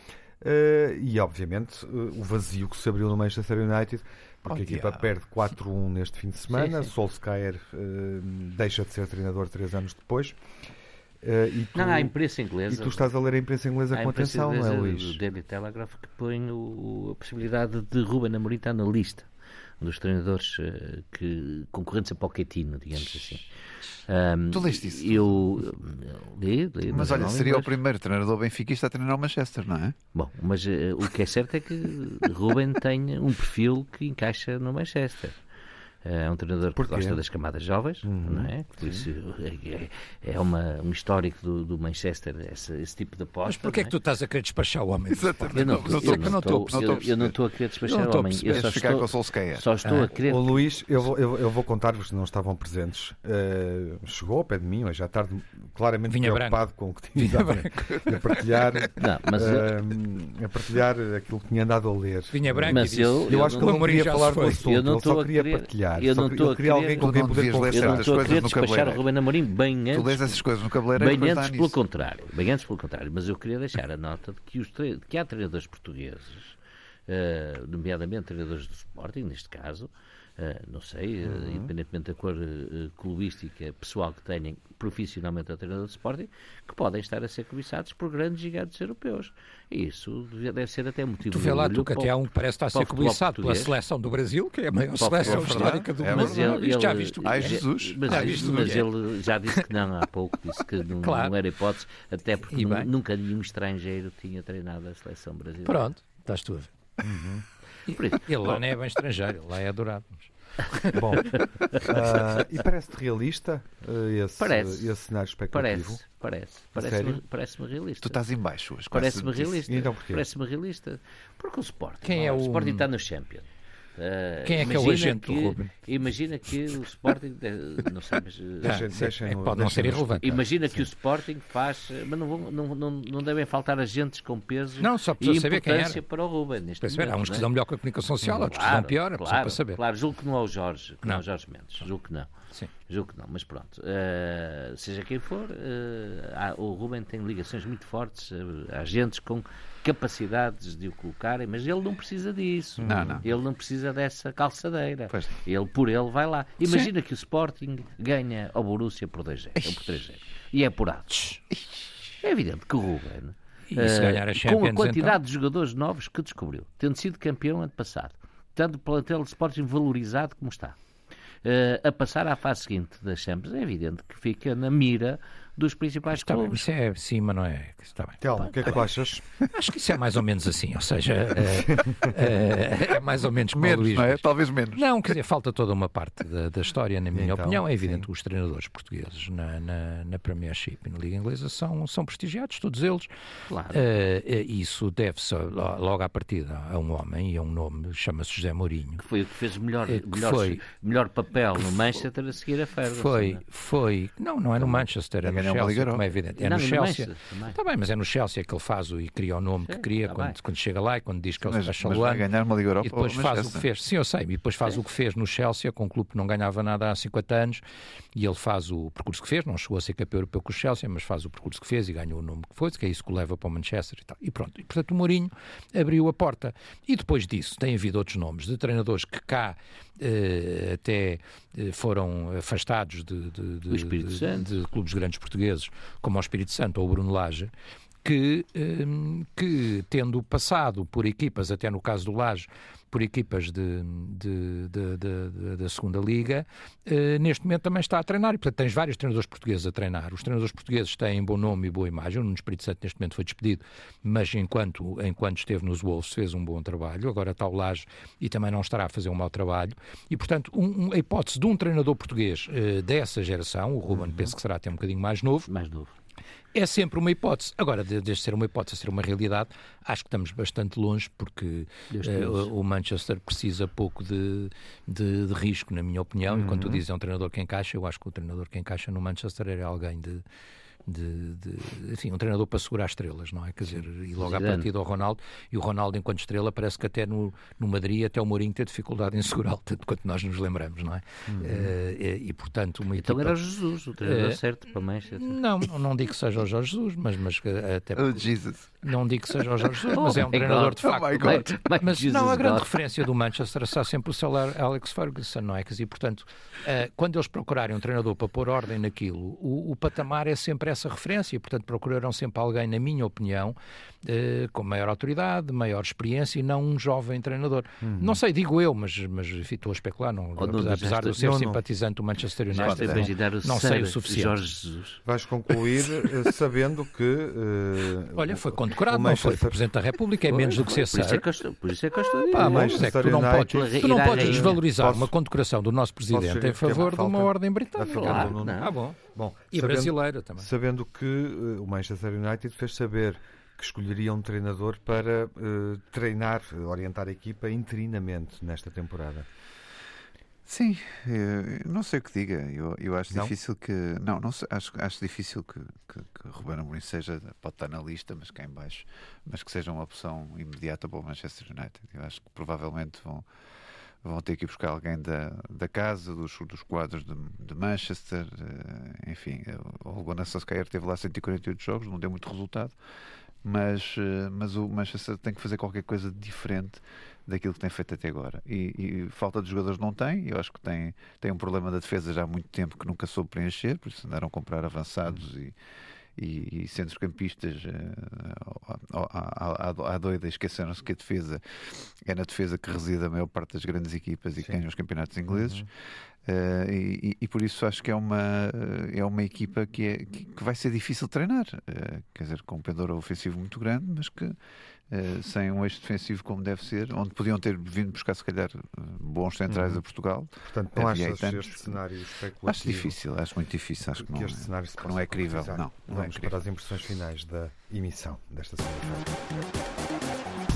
Speaker 1: e, obviamente, uh, o vazio que se abriu no Manchester United, porque
Speaker 3: Oh,
Speaker 1: a equipa
Speaker 3: diabo.
Speaker 1: perde quatro um neste fim de semana.
Speaker 2: Sim, sim.
Speaker 1: Solskjaer uh, deixa de ser treinador três anos depois. Uh, e, tu,
Speaker 2: Não, há a imprensa
Speaker 1: e
Speaker 2: inglesa.
Speaker 1: tu estás a ler a imprensa inglesa
Speaker 2: Há a
Speaker 1: com
Speaker 2: imprensa
Speaker 1: atenção, não é,
Speaker 2: inglesa
Speaker 1: Luís?
Speaker 2: do Daily Telegraph que põe o- a possibilidade de Ruben Amorim estar na lista dos treinadores eh, que concorrentes a Pochettino, digamos assim. Um,
Speaker 3: Tu leste isso?
Speaker 2: Eu, eu li, li,
Speaker 3: Mas
Speaker 2: no
Speaker 3: olha,
Speaker 2: jornal
Speaker 3: seria o
Speaker 2: inglês.
Speaker 3: primeiro treinador benfiquista a treinar o Manchester, não é?
Speaker 2: Bom, mas eh, o que é certo é que Ruben tem um perfil que encaixa no Manchester. É um treinador que
Speaker 1: Porquê?
Speaker 2: gosta das camadas jovens,
Speaker 1: Uhum,
Speaker 2: não é? Por isso é, é uma, um histórico do, do Manchester, esse, esse tipo de aposta.
Speaker 4: Mas porquê é
Speaker 2: não
Speaker 4: que tu estás a querer despachar o homem?
Speaker 3: Exatamente.
Speaker 2: Eu não,
Speaker 3: Não
Speaker 2: eu
Speaker 3: estou-
Speaker 2: não
Speaker 4: não estou-
Speaker 2: estou-
Speaker 3: não estou a
Speaker 2: eu- eu não
Speaker 3: perceber.
Speaker 2: estou a querer despachar
Speaker 4: Não
Speaker 2: o
Speaker 4: estou a
Speaker 2: homem. Eu
Speaker 4: perceber.
Speaker 2: só
Speaker 3: Queres ficar com o
Speaker 2: estou,
Speaker 3: Solskjaer?
Speaker 2: só estou a querer.
Speaker 1: Ô Luís, eu vou, eu, eu vou contar-vos, não estavam presentes. Uh, chegou ao pé de mim hoje à tarde, claramente
Speaker 4: Vinha
Speaker 1: preocupado com o que tinha
Speaker 4: Vinha
Speaker 1: andado a partilhar,
Speaker 2: Não, mas eu-
Speaker 1: uh, a partilhar aquilo que tinha andado a ler.
Speaker 4: Vinha branco
Speaker 2: Mas
Speaker 4: e disse,
Speaker 2: eu-
Speaker 1: Eu acho que
Speaker 4: o
Speaker 1: ele não
Speaker 4: Amorim
Speaker 1: queria
Speaker 4: já
Speaker 1: falar
Speaker 4: se
Speaker 1: do
Speaker 4: foi.
Speaker 1: assunto,
Speaker 2: Eu não
Speaker 1: ele só
Speaker 2: estou a
Speaker 1: queria
Speaker 2: querer-
Speaker 1: partilhar.
Speaker 2: eu
Speaker 1: Só
Speaker 2: não
Speaker 1: que-
Speaker 2: estou
Speaker 1: ele
Speaker 2: a
Speaker 1: queria alguém
Speaker 2: querer-
Speaker 1: com
Speaker 3: Tu
Speaker 1: quem
Speaker 3: não
Speaker 1: poder
Speaker 3: devias ler
Speaker 1: conversar.
Speaker 2: eu não
Speaker 3: certas
Speaker 2: estou a
Speaker 3: coisas
Speaker 2: querer
Speaker 3: no
Speaker 2: despachar o
Speaker 3: cabeleireiro.
Speaker 2: Ruben Amorim bem
Speaker 3: Tu
Speaker 2: antes.
Speaker 3: lês essas coisas no cabeleireiro
Speaker 2: Bem
Speaker 3: e depois dá
Speaker 2: antes,
Speaker 3: nisso.
Speaker 2: pelo contrário, bem antes, pelo contrário, mas eu queria deixar a nota de que, os tre- de que há treinadores portugueses uh, nomeadamente treinadores do Sporting, neste caso, uh, não sei, uh, uhum. independentemente da cor uh, clubística pessoal que tenham profissionalmente a treinador do Sporting, que podem estar a ser cobiçados por grandes gigantes europeus. E isso deve ser até motivo
Speaker 4: tu vê lá, tu que até há um que parece estar a ser cobiçado pela seleção do Brasil, que é a maior seleção histórica do mundo.
Speaker 2: Mas ele, ele,
Speaker 4: já viste
Speaker 3: Ai, Jesus.
Speaker 2: Mas,
Speaker 3: já
Speaker 2: mas,
Speaker 3: visto
Speaker 2: mas ele já disse que não há pouco, disse que não, claro. não era hipótese, até porque nunca nenhum estrangeiro tinha treinado a seleção brasileira.
Speaker 4: Pronto, estás tu a ver.
Speaker 3: Uhum.
Speaker 4: Ele lá não é bem estrangeiro, lá é adorado.
Speaker 1: Bom, uh, e parece-te realista uh, esse,
Speaker 2: parece,
Speaker 1: esse cenário expectativo?
Speaker 2: Parece, parece. Parece-me, parece-me realista.
Speaker 3: Tu estás em baixo hoje.
Speaker 2: Parece-me realista.
Speaker 1: Então porquê?
Speaker 2: Parece-me realista. Porque o Sporting,
Speaker 4: Quem é o...
Speaker 2: o Sporting está no Champions. Uh,
Speaker 4: Quem é que é o agente
Speaker 2: que,
Speaker 4: do Ruben?
Speaker 2: Imagina que o Sporting, não sei, mas,
Speaker 1: deixa, deixa
Speaker 4: é,
Speaker 1: no,
Speaker 4: pode não ser irrelevante.
Speaker 2: Imagina que o Sporting faz, mas não, vão, não, não, não devem faltar agentes com peso
Speaker 4: não, só
Speaker 2: e
Speaker 4: saber
Speaker 2: importância
Speaker 4: quem era.
Speaker 2: para o Ruben. Neste
Speaker 4: para
Speaker 2: momento,
Speaker 4: saber, há uns que dão melhor com a comunicação social, outros
Speaker 2: claro,
Speaker 4: que dão pior, é
Speaker 2: claro,
Speaker 4: só para saber.
Speaker 2: Claro, julgo que não é o Jorge, que não,
Speaker 4: não
Speaker 2: é o Jorge Mendes, julgo que não.
Speaker 4: Sim.
Speaker 2: Julgo que não, mas pronto. Uh, seja quem for, uh, há, o Ruben tem ligações muito fortes, uh, agentes com capacidades de o colocarem, mas ele não precisa disso.
Speaker 3: Não, não.
Speaker 2: Ele não precisa dessa calçadeira.
Speaker 3: Pois.
Speaker 2: Ele, por ele, vai lá. Imagina Sim. que o Sporting ganha ao Borussia por dois zero, ou por três zero. E é apurado. É evidente que o Ruben,
Speaker 4: e se ganhar a Champions,
Speaker 2: com a quantidade
Speaker 4: então?
Speaker 2: de jogadores novos que descobriu, tendo sido campeão ano passado, tendo o plantel de Sporting valorizado como está, uh, a passar à fase seguinte das Champions, é evidente que fica na mira dos principais
Speaker 4: está
Speaker 2: clubes.
Speaker 4: Bem, isso é cima, não é? Está bem.
Speaker 1: Telmo, o que é que tu achas?
Speaker 4: Acho que isso é mais ou menos assim, ou seja, é, é, é mais ou menos como
Speaker 3: menos,
Speaker 4: o Luís.
Speaker 3: Não é? Talvez menos.
Speaker 4: Não, quer dizer, falta toda uma parte da, da história, na minha
Speaker 1: então,
Speaker 4: opinião. É evidente
Speaker 1: sim.
Speaker 4: que os treinadores portugueses na, na, na Premiership e na Liga Inglesa são, são prestigiados, todos eles.
Speaker 2: Claro.
Speaker 4: Uh, isso deve-se logo à partida a um homem e a um nome, chama-se José Mourinho.
Speaker 2: Que foi o que fez o melhor,
Speaker 4: que
Speaker 2: melhor,
Speaker 4: foi,
Speaker 2: melhor papel no Manchester a seguir a Ferguson.
Speaker 4: Foi, foi, não, não é no Manchester, é no Chelsea, como é evidente. É
Speaker 2: não,
Speaker 4: no Chelsea.
Speaker 2: Está
Speaker 4: bem, mas é no Chelsea que ele faz o, e cria o nome
Speaker 2: Sim,
Speaker 4: que cria
Speaker 2: tá
Speaker 4: quando, quando chega lá e quando diz que
Speaker 3: mas,
Speaker 4: ele se
Speaker 3: mas vai ganhar uma Liga Europa.
Speaker 4: E depois faz o que fez. Sim, eu sei. E depois faz Sim. o que fez no Chelsea, com um clube que não ganhava nada há cinquenta anos. E ele faz o percurso que fez. Não chegou a ser campeão europeu com o Chelsea, mas faz o percurso que fez e ganhou o nome que foi, que é isso que o leva para o Manchester e tal. E pronto. E portanto o Mourinho abriu a porta. E depois disso tem havido outros nomes de treinadores que cá Uh, até uh, foram afastados de, de, de, de, de clubes grandes portugueses, como o Espírito Santo ou o Bruno Lage, que, um, que tendo passado por equipas, até no caso do Lage, por equipas de, de, de, de, de, da segunda Liga, uh, neste momento também está a treinar. E, portanto, tens vários treinadores portugueses a treinar. Os treinadores portugueses têm bom nome e boa imagem. O Nuno Espírito Santo, neste momento, foi despedido, mas enquanto, enquanto esteve nos Wolves fez um bom trabalho. Agora está o Lage e também não estará a fazer um mau trabalho. E, portanto, um, um, a hipótese de um treinador português uh, dessa geração, o Ruben, uhum. penso que será até um bocadinho mais novo,
Speaker 2: mais novo.
Speaker 4: É sempre uma hipótese. Agora, desde ser uma hipótese a ser uma realidade, acho que estamos bastante longe, porque uh, o Manchester precisa pouco de, de, de risco, na minha opinião. Uhum. E quando tu dizes é um treinador que encaixa, eu acho que o treinador que encaixa no Manchester era alguém de... De, de, enfim, um treinador para segurar estrelas, não é? Quer dizer, e logo à partida ao Ronaldo, e o Ronaldo enquanto estrela parece que até no, no Madrid até o Mourinho tem dificuldade em segurá-lo, tanto quanto nós nos lembramos, não é? Uhum. Uh, e, e portanto uma
Speaker 2: então
Speaker 4: equipa...
Speaker 2: era o Jesus, o treinador uh, certo para Manchester.
Speaker 4: Não, não digo que seja o Jorge Jesus, mas, mas até
Speaker 3: oh, Jesus.
Speaker 4: Não digo que seja o Jorge Jesus, mas
Speaker 2: oh
Speaker 4: é um treinador
Speaker 2: God.
Speaker 4: de facto.
Speaker 3: Oh God.
Speaker 4: Mas, mas
Speaker 2: Jesus
Speaker 4: não, a grande
Speaker 2: God.
Speaker 4: referência do Manchester está sempre o Sir Alex Ferguson, não é? Quer dizer, portanto, uh, quando eles procurarem um treinador para pôr ordem naquilo, o, o patamar é sempre essa referência, portanto procurarão sempre alguém, na minha opinião, uh, com maior autoridade, maior experiência e não um jovem treinador. Uhum. Não sei, digo eu, mas, mas enfim, estou a especular, não,
Speaker 2: oh,
Speaker 4: apesar, apesar de eu ser
Speaker 1: não,
Speaker 4: simpatizante do Manchester United,
Speaker 2: não,
Speaker 4: não sei o suficiente.
Speaker 2: Jorge Jesus.
Speaker 1: Vais concluir uh, sabendo que... Uh,
Speaker 4: Olha, foi condecorado, não foi por Presidente da República, é
Speaker 2: foi,
Speaker 4: menos do que ser
Speaker 2: por, isso é que eu, por isso é que eu estou a dizer.
Speaker 4: Pá, mas é que tu não podes, tu não podes desvalorizar posso, uma condecoração do nosso Presidente em favor de uma ordem britânica.
Speaker 2: Claro, não.
Speaker 4: Ah, bom.
Speaker 1: Bom,
Speaker 4: e
Speaker 1: sabendo,
Speaker 4: brasileira também.
Speaker 1: Sabendo que uh, o Manchester United fez saber que escolheria um treinador para uh, treinar, orientar a equipa interinamente nesta temporada.
Speaker 3: Sim, eu não sei o que diga. Eu, eu acho
Speaker 1: não?
Speaker 3: difícil que. Não, não sei, acho, acho difícil que, que, que Ruben Amorim seja, pode estar na lista, mas cá em baixo, mas que seja uma opção imediata para o Manchester United. Eu acho que provavelmente vão, vão ter que ir buscar alguém da, da casa, dos, dos quadros de, de Manchester. Enfim, o Gunnar Solskjaer teve lá cento e quarenta e oito jogos, não deu muito resultado. mas, mas o Manchester tem que fazer qualquer coisa diferente daquilo que tem feito até agora. E, e falta de jogadores não tem. Eu acho que tem, tem um problema da defesa já há muito tempo que nunca soube preencher, por isso andaram a comprar avançados e, e, e centrocampistas à doida, esqueceram-se que a defesa é na defesa que reside a maior parte das grandes equipas e que ganham os campeonatos ingleses. Uhum. Uh, e, e por isso acho que é uma, é uma equipa que, é, que, que vai ser difícil de treinar. Uh, quer dizer, com um pendor ofensivo muito grande, mas que Uh, sem um eixo defensivo como deve ser, onde podiam ter vindo buscar se calhar bons centrais uhum. a Portugal.
Speaker 1: Portanto, não achas este cenário especulativo?
Speaker 3: Acho difícil, acho muito difícil. Acho que, que não, este cenário se não é crível. Não, não
Speaker 1: Vamos
Speaker 3: é
Speaker 1: para as impressões finais da emissão desta segunda-feira.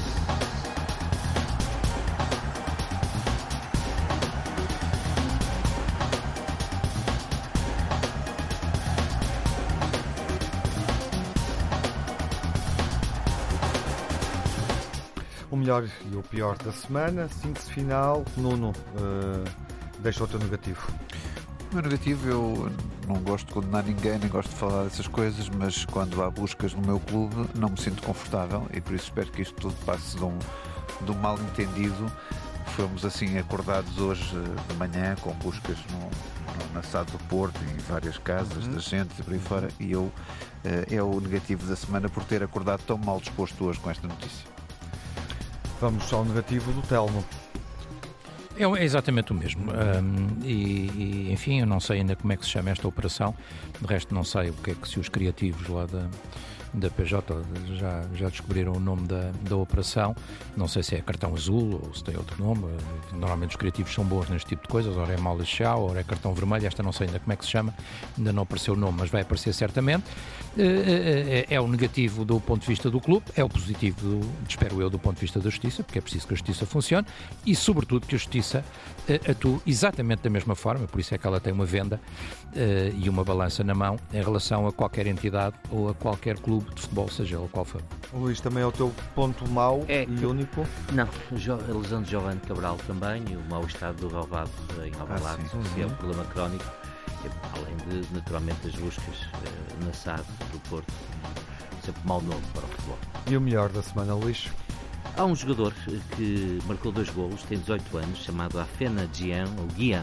Speaker 1: O melhor e o pior da semana, síntese final. Nuno, uh, deixa o teu negativo.
Speaker 3: O meu negativo, eu não gosto de condenar ninguém, nem gosto de falar dessas coisas, mas quando há buscas no meu clube não me sinto confortável e por isso espero que isto tudo passe de um, de um mal-entendido. Fomos assim acordados hoje de manhã com buscas no, no, na S A D do Porto, em várias casas uhum. da gente e por aí fora, e eu uh, é o negativo da semana por ter acordado tão mal disposto hoje com esta notícia.
Speaker 1: Vamos ao negativo do Telmo.
Speaker 4: É, é exatamente o mesmo. Um, e, e, enfim, eu não sei ainda como é que se chama esta operação. De resto, não sei o que é que se os criativos lá da, da P J já, já descobriram o nome da, da operação. Não sei se é cartão azul ou se tem outro nome. Normalmente os criativos são bons neste tipo de coisas. Ora é Malachau, ora é cartão vermelho. Esta não sei ainda como é que se chama. Ainda não apareceu o nome, mas vai aparecer certamente. É, é, é o negativo do ponto de vista do clube, é o positivo, do, espero eu, do ponto de vista da justiça, porque é preciso que a justiça funcione e, sobretudo, que a justiça uh, atue exatamente da mesma forma, por isso é que ela tem uma venda uh, e uma balança na mão em relação a qualquer entidade ou a qualquer clube de futebol, seja ele qual for.
Speaker 1: Luís, também é o teu ponto mau
Speaker 2: é,
Speaker 1: e único?
Speaker 2: Não, a lesão de Giovanni Cabral também e o mau estado do Relvado em Alvalade, ah, que é um problema crónico. Além de, naturalmente, as buscas uh, na S A D do Porto, sempre mau nome para o futebol.
Speaker 1: E o melhor da semana, Luís?
Speaker 2: Há um jogador que marcou dois golos, tem dezoito anos, chamado Afena Gian, ou Gian,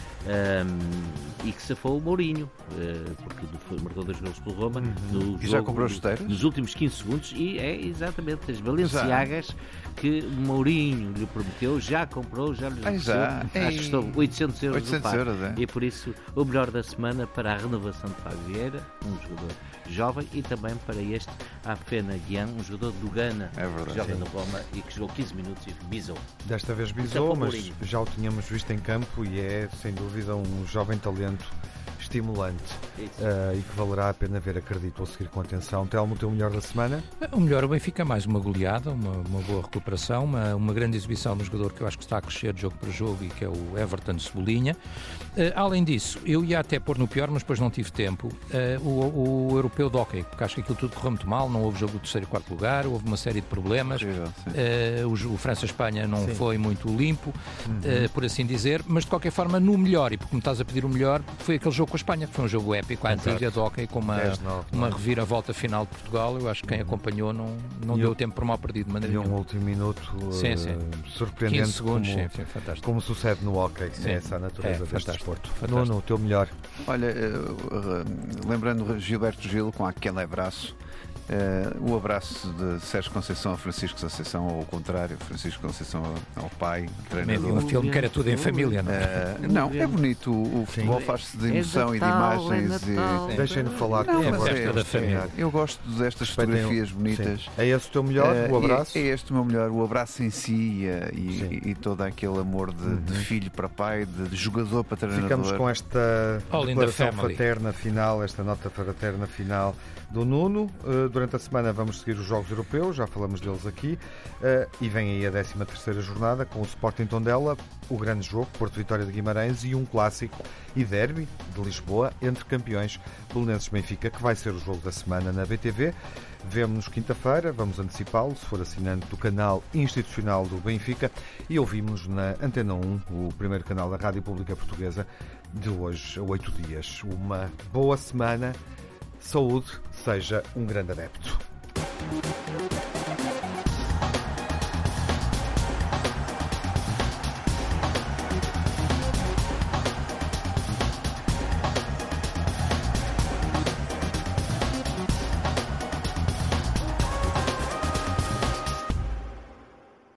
Speaker 2: um, e que safou o Mourinho, uh, porque foi, marcou dois golos pelo Roma.
Speaker 3: Uhum. No e já comprou chuteiras?
Speaker 2: Nos últimos quinze segundos, e é exatamente as Balenciagas já. Que Mourinho lhe prometeu, já comprou, já lhe ofereceu, acho que estou oitocentos euros
Speaker 3: oitocentos euros, é.
Speaker 2: E por isso o melhor da semana para a renovação de Fábio Vieira, um jogador jovem, e também para este Afena Gian, um jogador do Ghana,
Speaker 3: é verdade,
Speaker 2: que joga no Roma e que jogou quinze minutos e bisou.
Speaker 1: Desta vez bisou, mas já o tínhamos visto em campo e é, sem dúvida, um jovem talento estimulante uh, e que valerá a pena ver, acredito, ou seguir com atenção. Telmo, o teu melhor da semana?
Speaker 4: O melhor, o Benfica, mais uma goleada, uma, uma boa recuperação, uma, uma grande exibição do jogador que eu acho que está a crescer de jogo para jogo e que é o Everton Cebolinha. Uh, além disso, eu ia até pôr no pior, mas depois não tive tempo, uh, o, o europeu de hóquei, porque acho que aquilo tudo correu muito mal, não houve jogo do terceiro e quarto lugar, houve uma série de problemas, uh, o, o França-Espanha não sim. foi muito limpo, uhum. uh, por assim dizer, mas de qualquer forma no melhor, e porque me estás a pedir o melhor, foi aquele jogo com a Espanha, que foi um jogo épico, a antiga de hóquei, com uma, dez, nove, uma reviravolta final de Portugal. Eu acho que quem acompanhou não, não deu eu, tempo por mal perdido de maneira
Speaker 1: nenhuma. E um último minuto sim, sim. Uh, surpreendente
Speaker 4: segundos,
Speaker 1: como,
Speaker 4: sim, sim,
Speaker 1: como sucede no hóquei, sim, essa é a natureza é, deste desporto.
Speaker 3: Nuno,
Speaker 1: o teu melhor?
Speaker 3: Olha, uh, uh, lembrando Gilberto Gil com aquele abraço, uh, o abraço de Sérgio Conceição a Francisco Conceição, ou ao contrário, Francisco Conceição ao pai, treinador.
Speaker 4: Um filme que era tudo em família, não é?
Speaker 3: Uh, não, é bonito, o futebol faz-se de emoção é e de imagens.
Speaker 1: É e... Deixem-me falar.
Speaker 3: Não,
Speaker 1: é,
Speaker 3: mas é, da família. Eu gosto destas fotografias bonitas.
Speaker 1: Sim. É esse o teu melhor, uh, o abraço?
Speaker 3: É, é este o meu melhor, o abraço em si e, e, e todo aquele amor de, uhum. de filho para pai, de, de jogador para treinador.
Speaker 1: Ficamos com esta
Speaker 4: All
Speaker 1: declaração fraterna final, esta nota fraterna final do Nuno. Uh, durante a semana vamos seguir os Jogos Europeus, já falamos deles aqui, uh, e vem aí a décima terceira jornada com o Sporting Tondela, o grande jogo, Porto Vitória de Guimarães, e um clássico e derby de Lisboa entre campeões Belenenses-Benfica, que vai ser o jogo da semana na B T V. Vemo-nos quinta-feira, vamos antecipá-lo, se for assinante do canal institucional do Benfica, e ouvimos-nos na Antena um, o primeiro canal da Rádio Pública Portuguesa, de hoje a oito dias. Uma boa semana, saúde, seja um grande adepto.